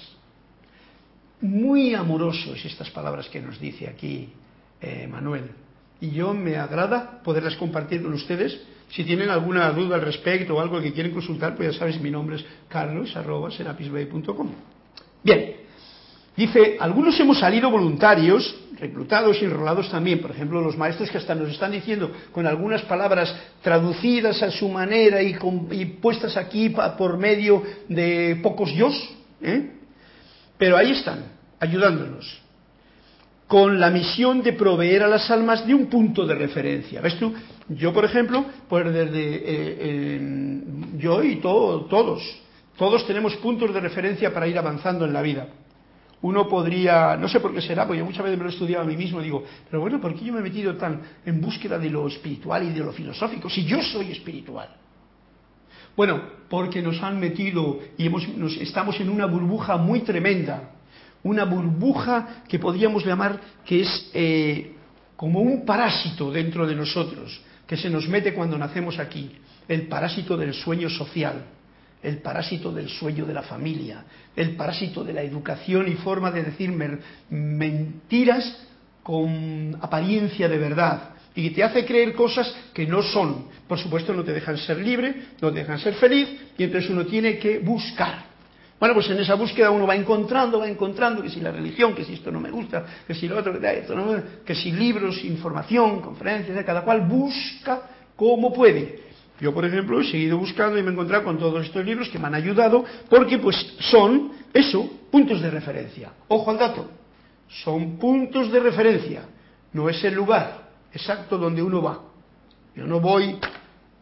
Muy amoroso es estas palabras que nos dice aquí eh, Manuel. Y yo me agrada poderlas compartir con ustedes. Si tienen alguna duda al respecto o algo que quieren consultar, pues ya sabes, mi nombre es carlos arroba serapis bay punto com. Bien, dice, algunos hemos salido voluntarios, reclutados y enrolados también. Por ejemplo, los maestros que hasta nos están diciendo con algunas palabras traducidas a su manera y, con, y puestas aquí pa, por medio de pocos yos, ¿eh? Pero ahí están, ayudándonos, con la misión de proveer a las almas de un punto de referencia. ¿Ves tú? Yo, por ejemplo, pues desde eh, eh, yo y todo, todos, todos tenemos puntos de referencia para ir avanzando en la vida. Uno podría, no sé por qué será, porque yo muchas veces me lo he estudiado a mí mismo y digo, pero bueno, ¿por qué yo me he metido tan en búsqueda de lo espiritual y de lo filosófico si yo soy espiritual? Bueno, porque nos han metido y hemos, nos, estamos en una burbuja muy tremenda, una burbuja que podríamos llamar que es eh, como un parásito dentro de nosotros, que se nos mete cuando nacemos aquí, el parásito del sueño social, el parásito del sueño de la familia, el parásito de la educación y forma de decir mer- mentiras con apariencia de verdad, y te hace creer cosas que no son. Por supuesto, no te dejan ser libre, no te dejan ser feliz, y entonces uno tiene que buscar. Bueno, pues en esa búsqueda uno va encontrando, va encontrando que si la religión, que si esto no me gusta, que si lo otro, que, esto no me, que si libros, información, conferencias, cada cual busca como puede. Yo, por ejemplo, he seguido buscando y me he encontrado con todos estos libros que me han ayudado, porque pues son, eso, puntos de referencia. Ojo al dato, son puntos de referencia, no es el lugar exacto donde uno va. Yo no voy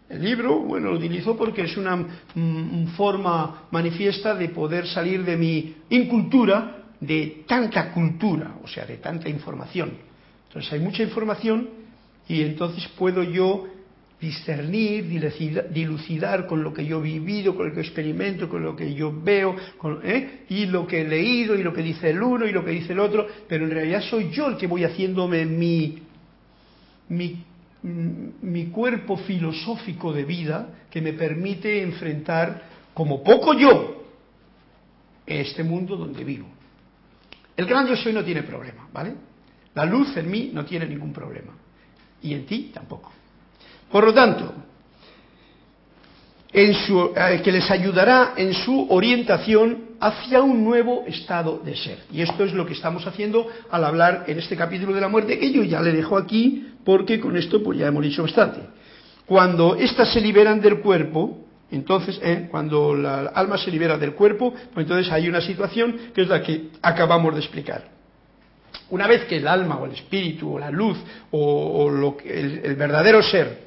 El libro, bueno, lo utilizo porque es una mm, forma manifiesta de poder salir de mi incultura, de tanta cultura, o sea, de tanta información. Entonces hay mucha información y entonces puedo yo discernir, dilucidar con lo que yo he vivido, con lo que experimento, con lo que yo veo, con, ¿eh? y lo que he leído, y lo que dice el uno, y lo que dice el otro, pero en realidad soy yo el que voy haciéndome mi, mi, mi cuerpo filosófico de vida que me permite enfrentar, como poco yo, este mundo donde vivo. El gran yo soy no tiene problema, ¿vale? La luz en mí no tiene ningún problema, y en ti tampoco. Por lo tanto, en su, eh, que les ayudará en su orientación hacia un nuevo estado de ser. Y esto es lo que estamos haciendo al hablar en este capítulo de la muerte, que yo ya le dejo aquí, porque con esto pues ya hemos dicho bastante. Cuando éstas se liberan del cuerpo, entonces, eh, cuando la alma se libera del cuerpo, pues entonces hay una situación que es la que acabamos de explicar. Una vez que el alma o el espíritu o la luz o, o lo que, el, el verdadero ser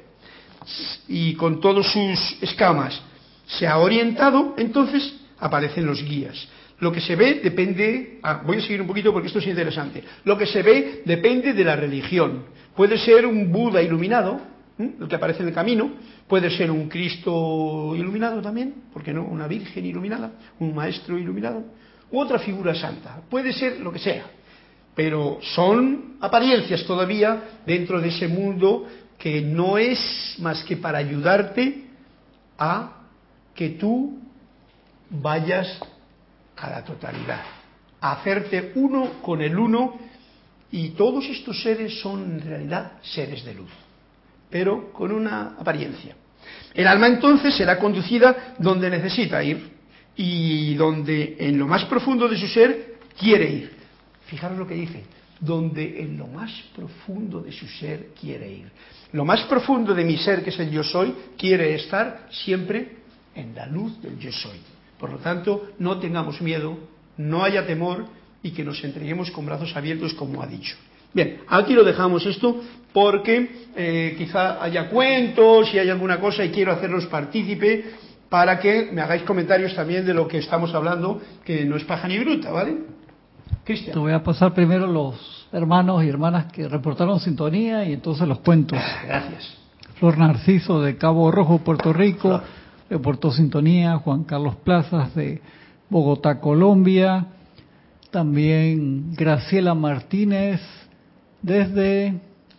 y con todas sus escamas se ha orientado, entonces aparecen los guías. Lo que se ve depende, ah, voy a seguir un poquito porque esto es interesante, lo que se ve depende de la religión. Puede ser un Buda iluminado, ¿eh? el que aparece en el camino, puede ser un Cristo iluminado también, ¿por qué no? Una Virgen iluminada, un Maestro iluminado, u otra figura santa, puede ser lo que sea, pero son apariencias todavía dentro de ese mundo que no es más que para ayudarte a que tú vayas a la totalidad, a hacerte uno con el uno, y todos estos seres son en realidad seres de luz, pero con una apariencia. El alma entonces será conducida donde necesita ir y donde en lo más profundo de su ser quiere ir. Fijaros lo que dice, donde en lo más profundo de su ser quiere ir. Lo más profundo de mi ser, que es el yo soy, quiere estar siempre en la luz del yo soy. Por lo tanto, no tengamos miedo, no haya temor y que nos entreguemos con brazos abiertos, como ha dicho. Bien, aquí lo dejamos esto porque eh, quizá haya cuentos y hay alguna cosa y quiero hacerlos partícipe para que me hagáis comentarios también de lo que estamos hablando, que no es paja ni bruta, ¿vale? Cristian. Te voy a pasar primero los hermanos y hermanas que reportaron sintonía y entonces los cuentos. Gracias. Flor Narciso de Cabo Rojo, Puerto Rico, Flor. reportó sintonía. Juan Carlos Plazas de Bogotá, Colombia. También Graciela Martínez desde,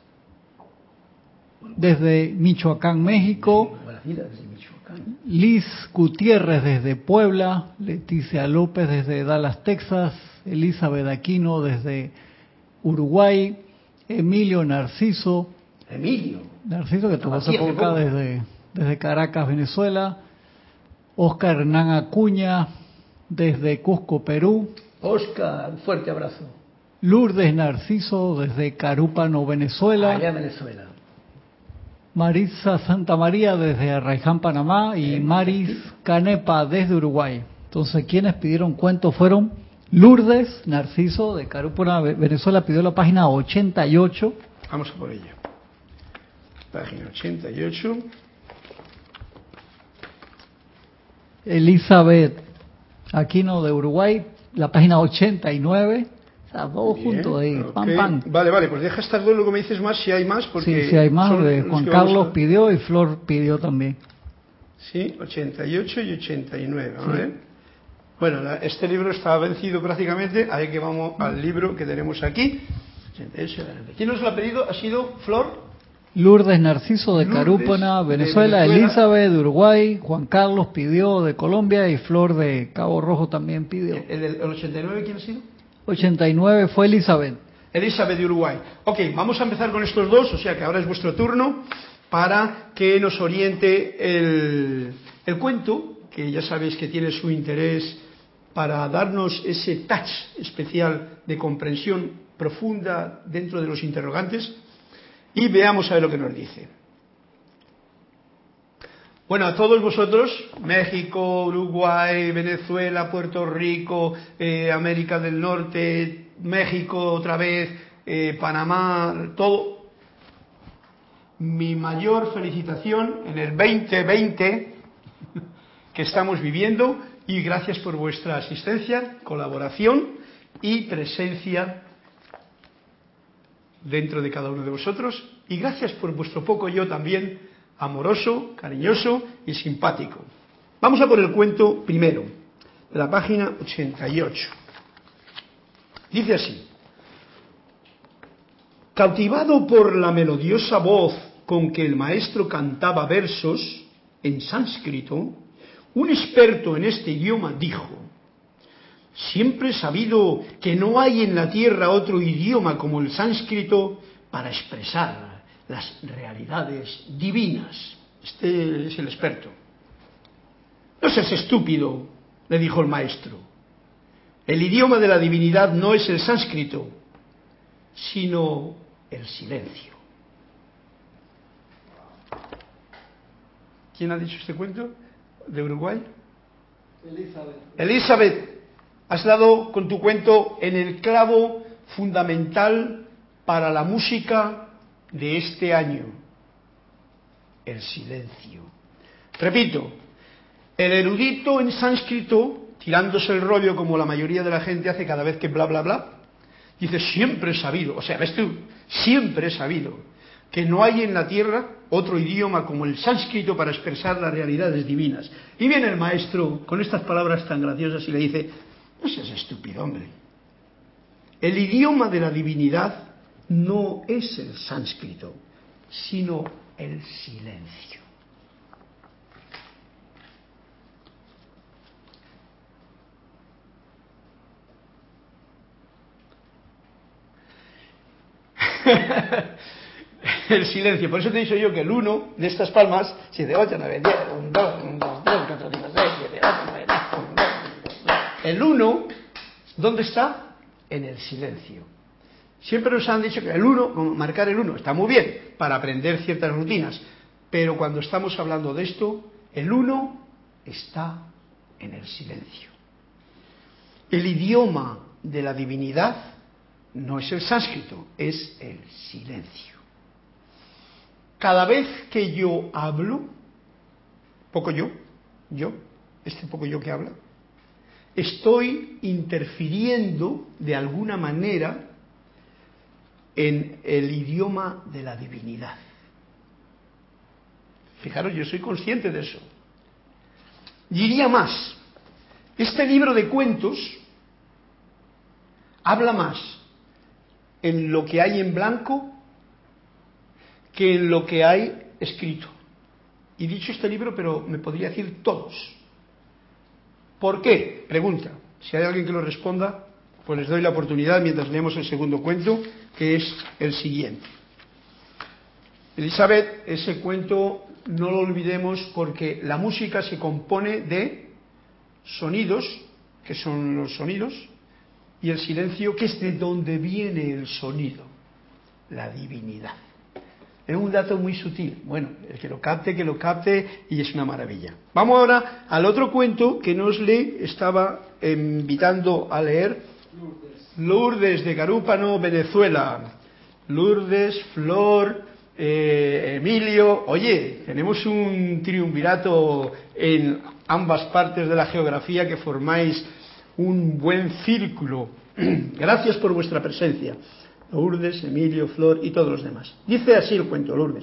desde Michoacán, México. Liz Gutiérrez desde Puebla. Leticia López desde Dallas, Texas. Elizabeth Aquino desde Uruguay. Emilio Narciso. Emilio. Narciso que tuvo hace poco acá desde, desde Caracas, Venezuela. Oscar Hernán Acuña desde Cusco, Perú. Oscar, un fuerte abrazo. Lourdes Narciso desde Carúpano, Venezuela. Allá Venezuela. Marisa Santa María desde Arraiján, Panamá. Y eh, Maris Canepa desde Uruguay. Entonces, quienes pidieron cuentos fueron Lourdes Narciso de Carúpano, Venezuela, pidió la página ochenta y ocho. Vamos a por ella. Página ochenta y ocho. Elizabeth Aquino de Uruguay, la página ochenta y nueve. O sea, dos juntos ahí, okay. Pam, pam. Vale, vale, pues deja estar dos, luego me dices más si hay más. Porque sí, si hay más, de Juan Carlos a... pidió y Flor pidió también. Sí, ochenta y ocho y ochenta y nueve, ¿vale? Sí. Bueno, la, este libro está vencido prácticamente, ahí que vamos al libro que tenemos aquí. ¿Quién nos lo ha pedido? ¿Ha sido Flor? Lourdes Narciso de Carúpano, Venezuela, Venezuela, Elizabeth de Uruguay, Juan Carlos pidió de Colombia y Flor de Cabo Rojo también pidió. ¿El, el, el ochenta y nueve quién ha sido? ochenta y nueve fue Elizabeth. Elizabeth de Uruguay. Ok, vamos a empezar con estos dos, o sea que ahora es vuestro turno para que nos oriente el, el cuento, que ya sabéis que tiene su interés para darnos ese touch especial de comprensión profunda dentro de los interrogantes. Y veamos a ver lo que nos dice. Bueno, a todos vosotros, México, Uruguay, Venezuela, Puerto Rico, eh, América del Norte, México otra vez, eh, Panamá, todo. mi mayor felicitación en el veinte veinte que estamos viviendo y gracias por vuestra asistencia, colaboración y presencia dentro de cada uno de vosotros y gracias por vuestro poco yo también amoroso, cariñoso y simpático. Vamos a por el cuento primero, de la página ochenta y ocho. Dice así: cautivado por la melodiosa voz con que el maestro cantaba versos en sánscrito, un experto en este idioma dijo: siempre he sabido que no hay en la tierra otro idioma como el sánscrito para expresar las realidades divinas. Este es el experto. No seas estúpido, le dijo el maestro. El idioma de la divinidad no es el sánscrito, sino el silencio. ¿Quién ha dicho este cuento? ¿De Uruguay? Elizabeth. Elizabeth, has dado con tu cuento en el clavo fundamental para la música de este año: el silencio. Repito, el erudito en sánscrito, tirándose el rollo como la mayoría de la gente hace cada vez que bla bla bla, dice: siempre he sabido, o sea, ves tú, siempre he sabido que no hay en la tierra otro idioma como el sánscrito para expresar las realidades divinas. Y viene el maestro con estas palabras tan graciosas y le dice: no seas estúpido, hombre. El idioma de la divinidad no es el sánscrito, sino el silencio. El silencio. Por eso te he dicho yo que el uno de estas palmas, siete, ocho, nueve, diez, uno, dos, uno, dos, tres, cuatro, cinco, seis, siete, ocho, nueve, diez, uno, dos, tres. El uno, ¿dónde está? En el silencio. Siempre nos han dicho que el uno, marcar el uno, está muy bien para aprender ciertas rutinas, pero cuando estamos hablando de esto, el uno está en el silencio. El idioma de la divinidad no es el sánscrito, es el silencio. Cada vez que yo hablo, poco yo, yo, este poco yo que habla, estoy interfiriendo de alguna manera en el idioma de la divinidad. Fijaros, yo soy consciente de eso. Diría más, este libro de cuentos habla más en lo que hay en blanco que en lo que hay escrito. Y dicho este libro, pero me podría decir todos. ¿Por qué? Pregunta. Si hay alguien que lo responda, pues les doy la oportunidad mientras leemos el segundo cuento, que es el siguiente. Elizabeth, ese cuento no lo olvidemos porque la música se compone de sonidos, que son los sonidos, y el silencio, que es de donde viene el sonido, la divinidad. Es un dato muy sutil. Bueno, el que lo capte, que lo capte, y es una maravilla. Vamos ahora al otro cuento que nos le estaba invitando a leer. Lourdes, Lourdes de Carúpano, Venezuela. Lourdes, Flor, eh, Emilio. Oye, tenemos un triunvirato en ambas partes de la geografía que formáis un buen círculo. Gracias por vuestra presencia. Lourdes, Emilio, Flor y todos los demás. Dice así el cuento, Lourdes.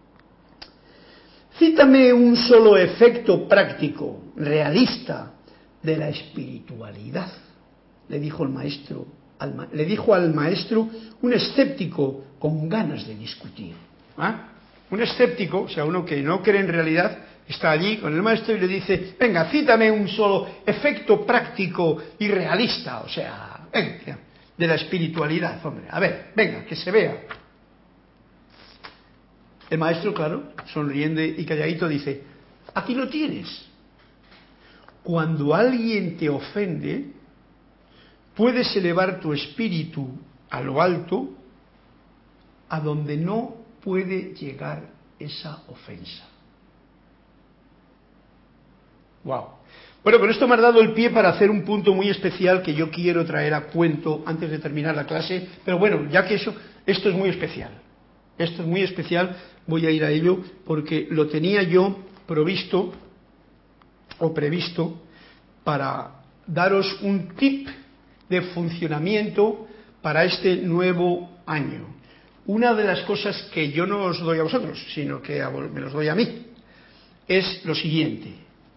Cítame un solo efecto práctico, realista, de la espiritualidad, le dijo el maestro, al ma- le dijo al maestro un escéptico con ganas de discutir. ¿Ah? Un escéptico, o sea, uno que no cree en realidad, está allí con el maestro y le dice: venga, cítame un solo efecto práctico y realista, o sea, venga, de la espiritualidad, hombre, a ver, venga, que se vea. El maestro, claro, sonriendo y calladito, dice: aquí lo tienes. Cuando alguien te ofende, puedes elevar tu espíritu a lo alto, a donde no puede llegar esa ofensa. Wow. Bueno, con esto me has dado el pie para hacer un punto muy especial que yo quiero traer a cuento antes de terminar la clase, pero bueno, ya que eso, esto es muy especial. Esto es muy especial. voy a ir a ello porque lo tenía yo provisto o previsto para daros un tip de funcionamiento para este nuevo año. Una de las cosas que yo no os doy a vosotros, sino que me los doy a mí, es lo siguiente: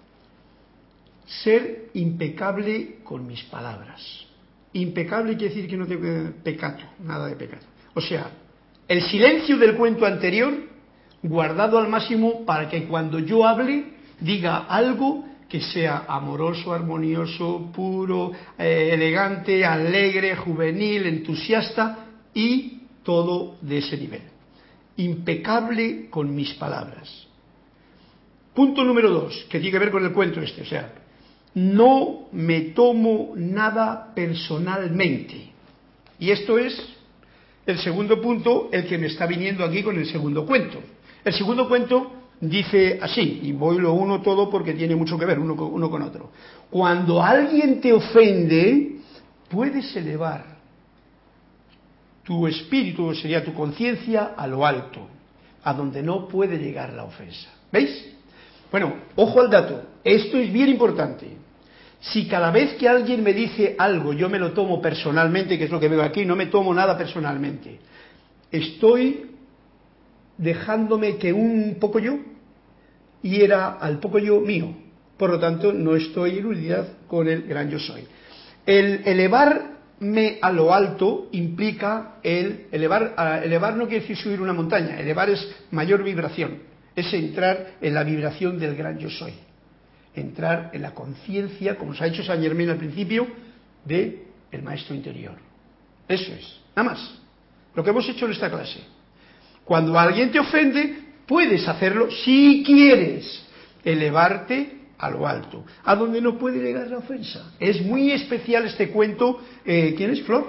ser impecable con mis palabras. Impecable quiere decir que no tengo pecado, nada de pecado. O sea, el silencio del cuento anterior guardado al máximo para que cuando yo hable diga algo que sea amoroso, armonioso, puro, eh, elegante, alegre, juvenil, entusiasta y todo de ese nivel. Impecable con mis palabras. Punto número dos, que tiene que ver con el cuento este, o sea, no me tomo nada personalmente. Y esto es el segundo punto, el que me está viniendo aquí con el segundo cuento. El segundo cuento dice así, y voy lo uno todo porque tiene mucho que ver uno con, uno con otro. Cuando alguien te ofende, puedes elevar tu espíritu, sería tu conciencia, a lo alto, a donde no puede llegar la ofensa. ¿Veis? Bueno, ojo al dato, esto es bien importante. Si cada vez que alguien me dice algo yo me lo tomo personalmente, que es lo que veo aquí, no me tomo nada personalmente, estoy dejándome que un poco yo hiera al poco yo mío. Por lo tanto, no estoy en unidad con el gran yo soy. El elevarme a lo alto implica el elevar. Elevar no quiere decir subir una montaña, elevar es mayor vibración, es entrar en la vibración del gran yo soy. Entrar en la conciencia, como os ha dicho Saint Germain al principio, de el maestro interior. Eso es, nada más. Lo que hemos hecho en esta clase. Cuando alguien te ofende, puedes hacerlo si quieres, elevarte a lo alto, a donde no puede llegar la ofensa. Es muy especial este cuento. Eh, ¿Quién es, Flor?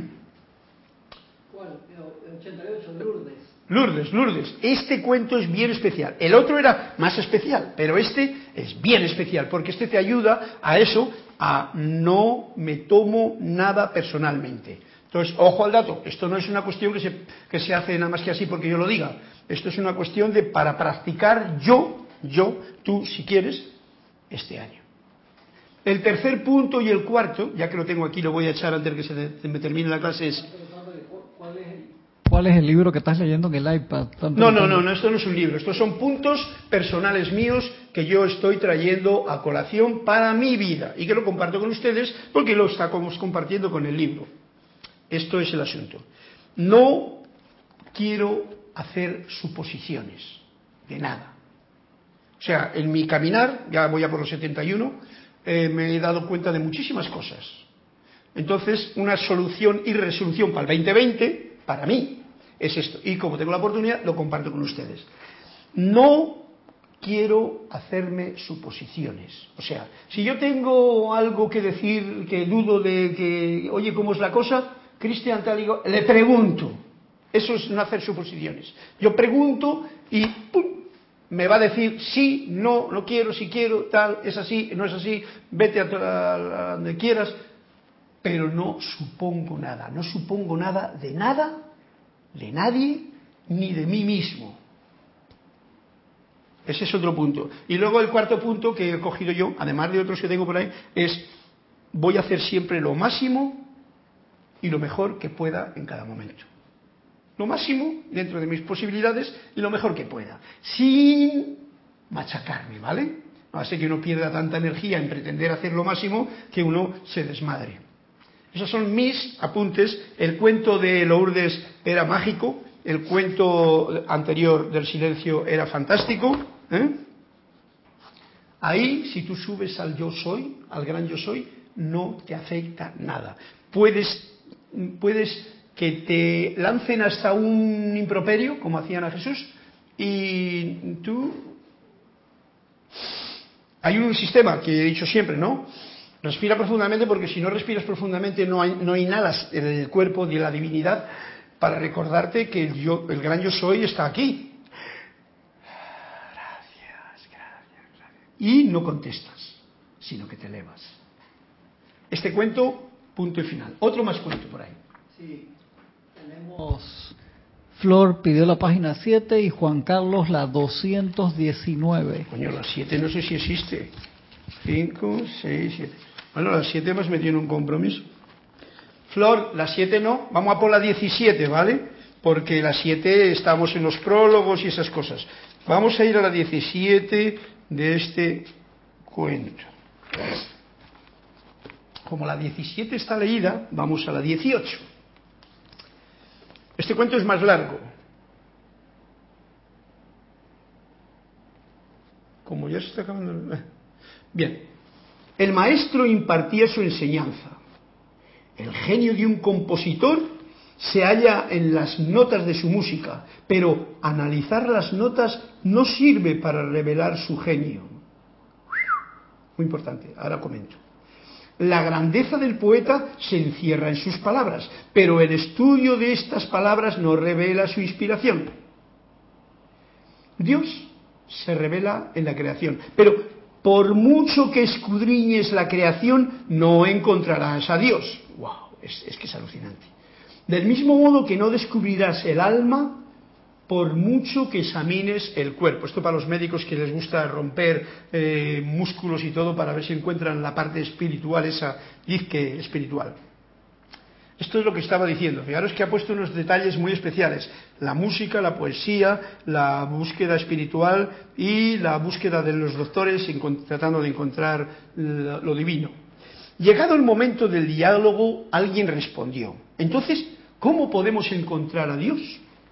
¿Cuál? ochenta y ocho, Lourdes. Lourdes, Lourdes. Este cuento es bien especial. El otro era más especial, pero este es bien especial, porque este te ayuda a eso, a no me tomo nada personalmente. Entonces, ojo al dato, esto no es una cuestión que se, que se hace nada más que así porque yo lo diga. Esto es una cuestión de para practicar yo, yo, tú si quieres, este año. El tercer punto y el cuarto, ya que lo tengo aquí, lo voy a echar antes de que se, de, me termine la clase, es... ¿Cuál es el, cuál es el libro que estás leyendo en el iPad? No, no, no, no, esto no es un libro, estos son puntos personales míos que yo estoy trayendo a colación para mi vida y que lo comparto con ustedes porque lo estamos compartiendo con el libro. Esto es el asunto. No quiero hacer suposiciones de nada. O sea, en mi caminar, ya voy a por los setenta y uno, eh, me he dado cuenta de muchísimas cosas. Entonces, una solución y resolución para el veinte veinte, para mí, es esto. Y como tengo la oportunidad, lo comparto con ustedes. No quiero hacerme suposiciones. O sea, si yo tengo algo que decir, que dudo de que, oye, ¿cómo es la cosa? Cristian, tal, digo, le pregunto. Eso es no hacer suposiciones. Yo pregunto y ¡pum!, me va a decir sí, no, no quiero, si quiero, tal, es así, no es así, vete a, a, a donde quieras, pero no supongo nada, no supongo nada de nada, de nadie, ni de mí mismo. Ese es otro punto. Y luego el cuarto punto que he cogido yo, además de otros que tengo por ahí, es voy a hacer siempre lo máximo y lo mejor que pueda en cada momento. Lo máximo dentro de mis posibilidades y lo mejor que pueda, sin machacarme, ¿vale? No hace que uno pierda tanta energía en pretender hacer lo máximo que uno se desmadre. Esos son mis apuntes. El cuento de Lourdes era mágico, el cuento anterior del silencio era fantástico, ¿eh? Ahí, si tú subes al yo soy, al gran yo soy, no te afecta nada. Puedes, puedes que te lancen hasta un improperio, como hacían a Jesús, y tú... Hay un sistema que he dicho siempre, ¿no? Respira profundamente, porque si no respiras profundamente no, hay, no inhalas el cuerpo de la divinidad para recordarte que el, yo, el gran yo soy está aquí. Gracias, gracias, gracias. Y no contestas, sino que te elevas. Este cuento, punto y final. Otro más cuento por ahí. Sí, tenemos Flor pidió la página siete y Juan Carlos la doscientos diecinueve. Coño, la siete no sé si existe. cinco, seis, siete. Bueno, la siete hemos metido en un compromiso. Flor, la siete no. Vamos a por la diecisiete, ¿vale? Porque la siete estamos en los prólogos y esas cosas. Vamos a ir a la diecisiete de este cuento. Como la diecisiete está leída, vamos a la dieciocho. Este cuento es más largo. Como ya se está acabando... Bien. El maestro impartía su enseñanza. El genio de un compositor se halla en las notas de su música, pero analizar las notas no sirve para revelar su genio. Muy importante, ahora comento. La grandeza del poeta se encierra en sus palabras, pero el estudio de estas palabras no revela su inspiración. Dios se revela en la creación, pero por mucho que escudriñes la creación, no encontrarás a Dios. ¡Wow! Es, es que es alucinante. Del mismo modo que no descubrirás el alma por mucho que examines el cuerpo. Esto para los médicos que les gusta romper eh, músculos y todo para ver si encuentran la parte espiritual, esa disque espiritual. Esto es lo que estaba diciendo. Fijaros que ha puesto unos detalles muy especiales. La música, la poesía, la búsqueda espiritual y la búsqueda de los doctores tratando de encontrar lo divino. Llegado el momento del diálogo, alguien respondió. Entonces, ¿cómo podemos encontrar a Dios?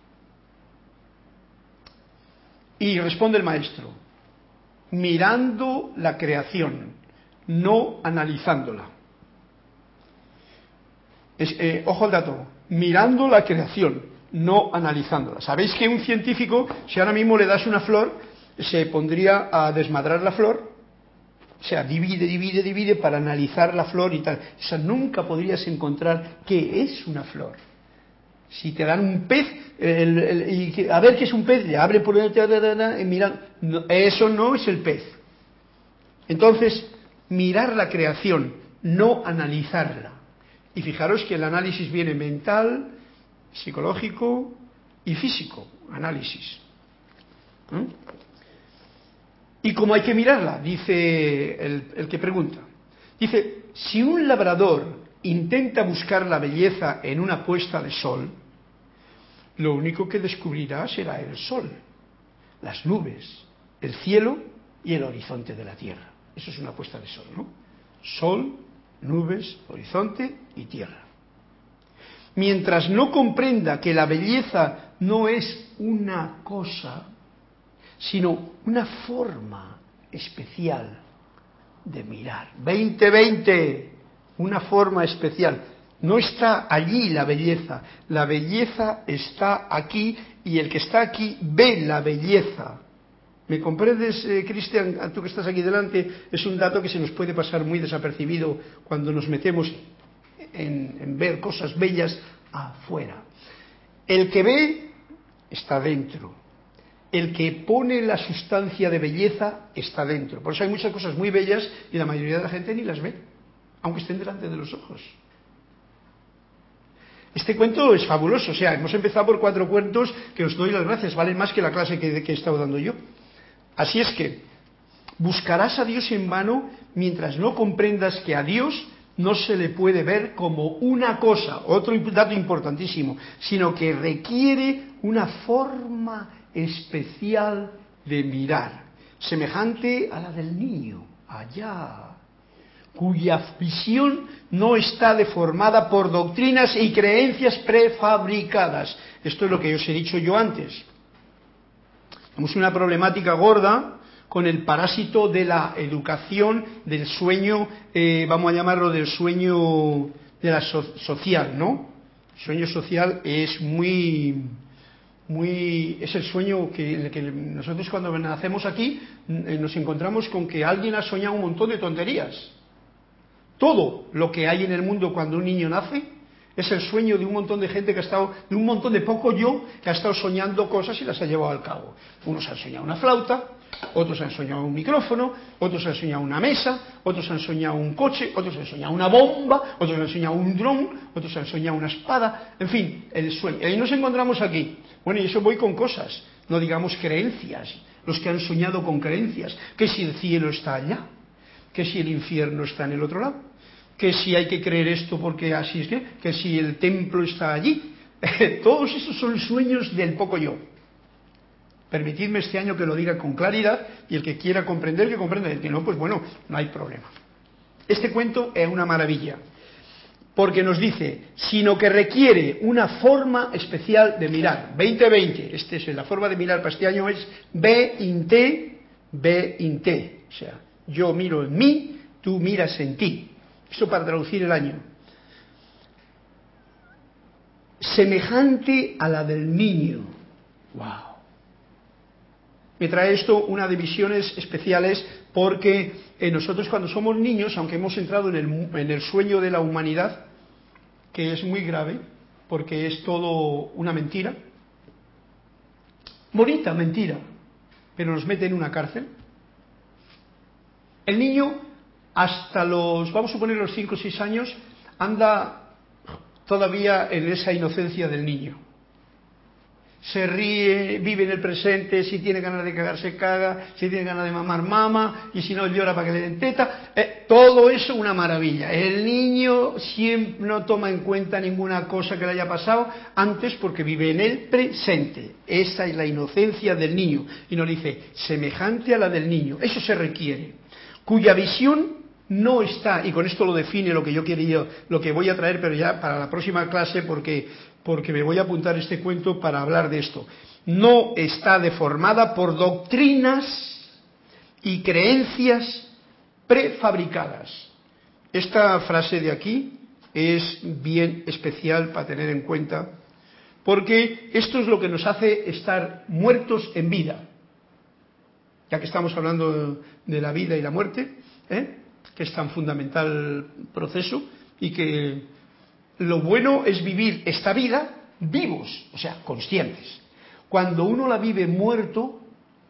Y responde el maestro, mirando la creación, no analizándola. Es, eh, ojo al dato, mirando la creación, no analizándola. ¿Sabéis que un científico, si ahora mismo le das una flor, se pondría a desmadrar la flor? O sea, divide, divide, divide para analizar la flor y tal. O sea, nunca podrías encontrar qué es una flor. Si te dan un pez, el, el, y a ver qué es un pez, le abre por el y miran, no, eso no es el pez. Entonces, mirar la creación, no analizarla. Y fijaros que el análisis viene mental, psicológico y físico, análisis. ¿Mm? ¿Y cómo hay que mirarla? Dice el, el que pregunta. Dice, si un labrador intenta buscar la belleza en una puesta de sol, lo único que descubrirá será el sol, las nubes, el cielo y el horizonte de la tierra. Eso es una puesta de sol, ¿no? Sol, nubes, horizonte y tierra. Mientras no comprenda que la belleza no es una cosa, sino una forma especial de mirar. veinte veinte, una forma especial. No está allí la belleza, la belleza está aquí y el que está aquí ve la belleza. ¿Me comprendes, eh, Cristian? Tú que estás aquí delante, es un dato que se nos puede pasar muy desapercibido cuando nos metemos en, en ver cosas bellas afuera. El que ve está dentro. El que pone la sustancia de belleza está dentro. Por eso hay muchas cosas muy bellas y la mayoría de la gente ni las ve, aunque estén delante de los ojos. Este cuento es fabuloso, o sea, hemos empezado por cuatro cuentos que os doy las gracias, valen más que la clase que, que he estado dando yo. Así es que, buscarás a Dios en vano mientras no comprendas que a Dios no se le puede ver como una cosa, otro dato importantísimo, sino que requiere una forma especial de mirar, semejante a la del niño, allá, cuya visión no está deformada por doctrinas y creencias prefabricadas. Esto es lo que os he dicho yo antes. Tenemos una problemática gorda con el parásito de la educación, del sueño, eh, vamos a llamarlo del sueño de la so- social, ¿no? El sueño social es muy... muy es el sueño que, en el que nosotros cuando nacemos aquí eh, nos encontramos con que alguien ha soñado un montón de tonterías. Todo lo que hay en el mundo cuando un niño nace es el sueño de un montón de gente que ha estado, de un montón de poco yo, que ha estado soñando cosas y las ha llevado al cabo. Unos han soñado una flauta, otros han soñado un micrófono, otros han soñado una mesa, otros han soñado un coche, otros han soñado una bomba, otros han soñado un dron, otros han soñado una espada, en fin, el sueño. Y ahí nos encontramos aquí. Bueno, y eso voy con cosas, no digamos creencias, los que han soñado con creencias, que si el cielo está allá, que si el infierno está en el otro lado, que si hay que creer esto porque así es que, que si el templo está allí. Todos esos son sueños del poco yo. Permitidme este año que lo diga con claridad, y el que quiera comprender, que comprenda, y el que no, pues bueno, no hay problema. Este cuento es una maravilla, porque nos dice, sino que requiere una forma especial de mirar. veinte veinte, este es la forma de mirar para este año, es ve in te, ve in te. O sea, yo miro en mí, tú miras en ti. Eso para traducir el año. Semejante a la del niño. ¡Wow! Me trae esto una de visiones especiales porque eh, nosotros cuando somos niños, aunque hemos entrado en el, en el sueño de la humanidad, que es muy grave, porque es todo una mentira, bonita mentira, pero nos mete en una cárcel. El niño, hasta los, vamos a suponer los cinco o seis años, anda todavía en esa inocencia del niño. Se ríe, vive en el presente, si tiene ganas de cagar se caga, si tiene ganas de mamar mama, y si no llora para que le den teta. Eh, todo eso una maravilla. El niño siempre no toma en cuenta ninguna cosa que le haya pasado antes porque vive en el presente. Esa es la inocencia del niño. Y nos dice, semejante a la del niño. Eso se requiere. Cuya visión no está, y con esto lo define lo que yo quería, lo que voy a traer, pero ya para la próxima clase, porque, porque me voy a apuntar este cuento para hablar de esto. No está deformada por doctrinas y creencias prefabricadas. Esta frase de aquí es bien especial para tener en cuenta, porque esto es lo que nos hace estar muertos en vida. Ya que estamos hablando de la vida y la muerte, ¿eh? que es tan fundamental proceso, y que lo bueno es vivir esta vida vivos, o sea, conscientes. Cuando uno la vive muerto,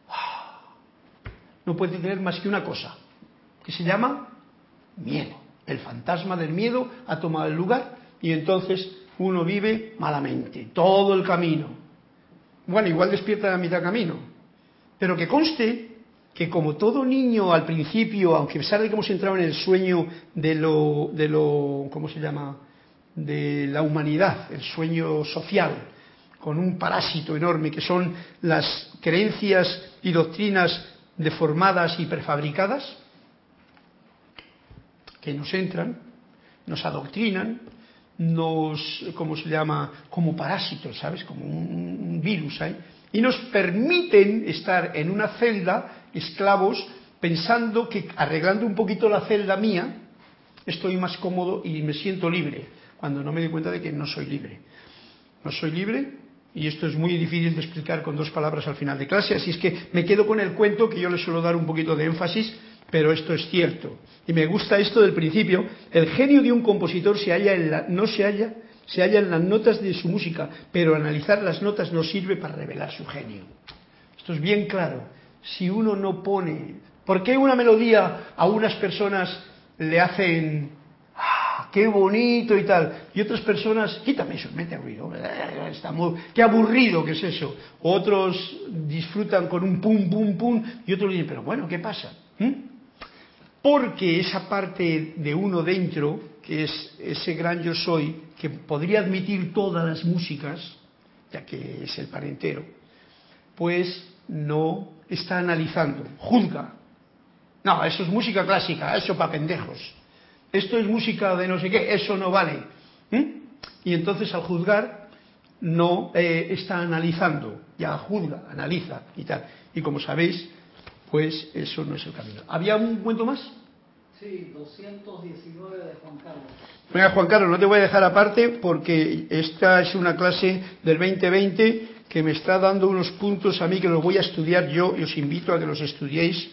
no puede tener más que una cosa, que se llama miedo. El fantasma del miedo ha tomado el lugar y entonces uno vive malamente, todo el camino. Bueno, igual despierta a mitad camino, pero que conste que como todo niño al principio, aunque a pesar de que hemos entrado en el sueño de lo, de lo, ¿cómo se llama?, de la humanidad, el sueño social, con un parásito enorme que son las creencias y doctrinas deformadas y prefabricadas, que nos entran, nos adoctrinan, nos, ¿cómo se llama?, como parásitos, ¿sabes?, como un, un virus ahí, y nos permiten estar en una celda, esclavos, pensando que arreglando un poquito la celda mía, estoy más cómodo y me siento libre, cuando no me doy cuenta de que no soy libre. No soy libre, y esto es muy difícil de explicar con dos palabras al final de clase, así es que me quedo con el cuento, que yo le suelo dar un poquito de énfasis, pero esto es cierto. Y me gusta esto del principio: el genio de un compositor se halla en la, no se halla, se halla en las notas de su música, pero analizar las notas no sirve para revelar su genio. Esto es bien claro. Si uno no pone... ¿Por qué una melodía a unas personas le hacen... ¡ah, qué bonito y tal! Y otras personas... quítame eso, mete ruido. Está muy, ¡qué aburrido que es eso! Otros disfrutan con un pum, pum, pum, y otros dicen, pero bueno, ¿qué pasa? ¿Mm? Porque esa parte de uno dentro, que es ese gran yo soy, que podría admitir todas las músicas, ya que es el parentero, pues no está analizando, juzga. No, eso es música clásica, eso para pendejos. Esto es música de no sé qué, eso no vale. ¿Mm? Y entonces al juzgar no eh, está analizando, ya juzga, analiza y tal. Y como sabéis, pues eso no es el camino. ¿Había un cuento más? Sí, doscientos diecinueve de Juan Carlos. Venga, Juan Carlos, no te voy a dejar aparte porque esta es una clase del veinte veinte que me está dando unos puntos a mí que los voy a estudiar yo, y os invito a que los estudiéis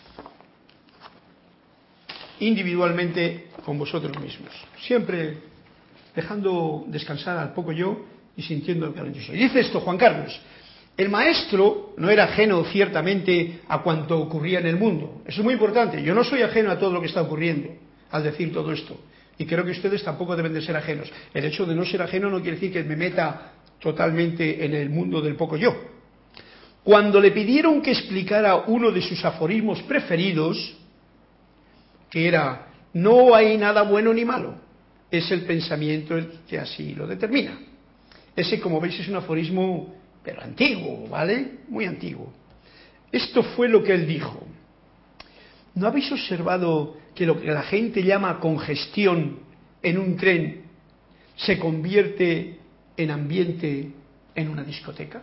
individualmente con vosotros mismos. Siempre dejando descansar al poco yo y sintiendo el gran yo soy. Dice esto Juan Carlos: El maestro no era ajeno ciertamente a cuanto ocurría en el mundo. Eso es muy importante. Yo no soy ajeno a todo lo que está ocurriendo al decir todo esto. Y creo que ustedes tampoco deben de ser ajenos. El hecho de no ser ajeno no quiere decir que me meta totalmente en el mundo del poco yo. Cuando le pidieron que explicara uno de sus aforismos preferidos, que era, no hay nada bueno ni malo, es el pensamiento el que así lo determina. Ese, como veis, es un aforismo, pero antiguo, ¿vale? Muy antiguo. Esto fue lo que él dijo. ¿No habéis observado que lo que la gente llama congestión en un tren se convierte en ambiente en una discoteca?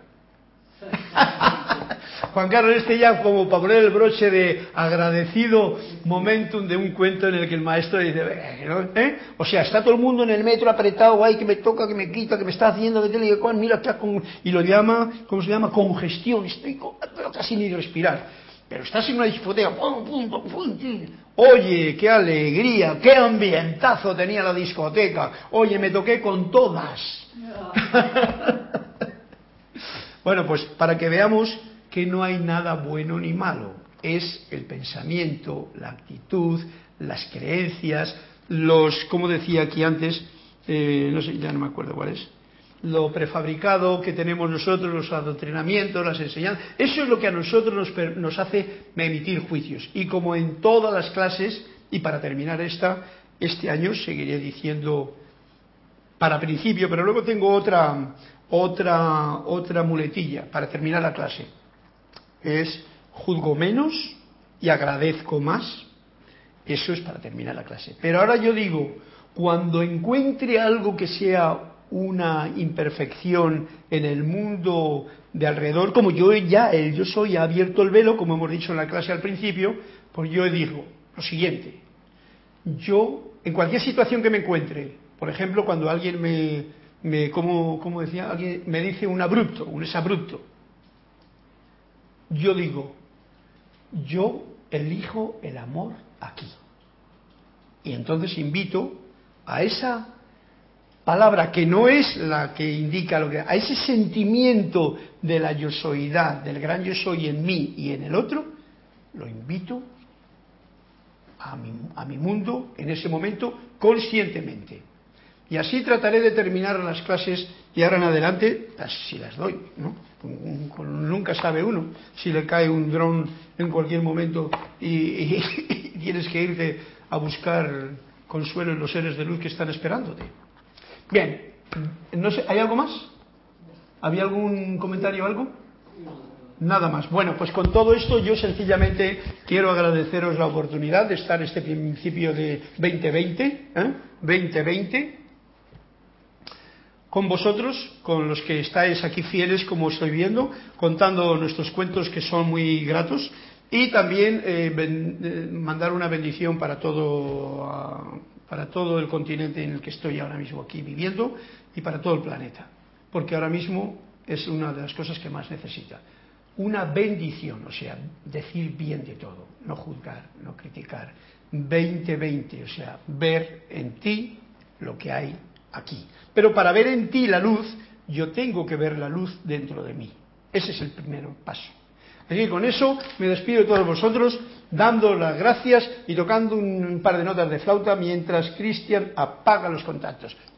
Juan Carlos, este ya como para poner el broche de agradecido momentum de un cuento en el que el maestro dice, ¿eh? O sea, está todo el mundo en el metro apretado, ay, que me toca, que me quita, que me está haciendo, que tiene que cuál, mira acá, con... y lo llama, ¿cómo se llama? Congestión, estoy con... casi ni respirar. Pero estás en una discoteca, pum, pum, pum, pum, pum. Oye, qué alegría, qué ambientazo tenía la discoteca, oye, me toqué con todas. Bueno, pues para que veamos que no hay nada bueno ni malo, es el pensamiento, la actitud, las creencias, los, como decía aquí antes, eh, no sé, ya no me acuerdo cuál es, lo prefabricado que tenemos nosotros, los adoctrinamientos, las enseñanzas, eso es lo que a nosotros nos, nos hace emitir juicios. Y como en todas las clases, y para terminar esta, este año seguiré diciendo para principio, pero luego tengo otra, otra, otra muletilla para terminar la clase. Es juzgo menos y agradezco más. Eso es para terminar la clase. Pero ahora yo digo, cuando encuentre algo que sea una imperfección en el mundo de alrededor, como yo ya, el yo soy ha abierto el velo, como hemos dicho en la clase al principio, pues yo digo lo siguiente. Yo, en cualquier situación que me encuentre, por ejemplo, cuando alguien me, me como, como decía, alguien me dice un abrupto, un exabrupto, yo digo, yo elijo el amor aquí. Y entonces invito a esa palabra que no es la que indica lo que, a ese sentimiento de la yo soidad, del gran yo soy en mí y en el otro, lo invito a mi, a mi mundo en ese momento conscientemente. Y así trataré de terminar las clases y ahora en adelante, si las doy, ¿no? Nunca sabe uno si le cae un dron en cualquier momento y, y, y tienes que irte a buscar consuelo en los seres de luz que están esperándote. Bien, no sé, ¿hay algo más? ¿Había algún comentario o algo? Nada más. Bueno, pues con todo esto yo sencillamente quiero agradeceros la oportunidad de estar este principio de veinte veinte, ¿eh? veinte veinte con vosotros, con los que estáis aquí fieles, como estoy viendo, contando nuestros cuentos que son muy gratos, y también eh, ben, eh, mandar una bendición para todo, uh, para todo el continente en el que estoy ahora mismo aquí viviendo y para todo el planeta, porque ahora mismo es una de las cosas que más necesita. Una bendición, o sea, decir bien de todo, no juzgar, no criticar. veinte veinte, o sea, ver en ti lo que hay aquí. Pero para ver en ti la luz, yo tengo que ver la luz dentro de mí. Ese es el primer paso. Así que con eso me despido de todos vosotros, dando las gracias y tocando un par de notas de flauta mientras Cristian apaga los contactos.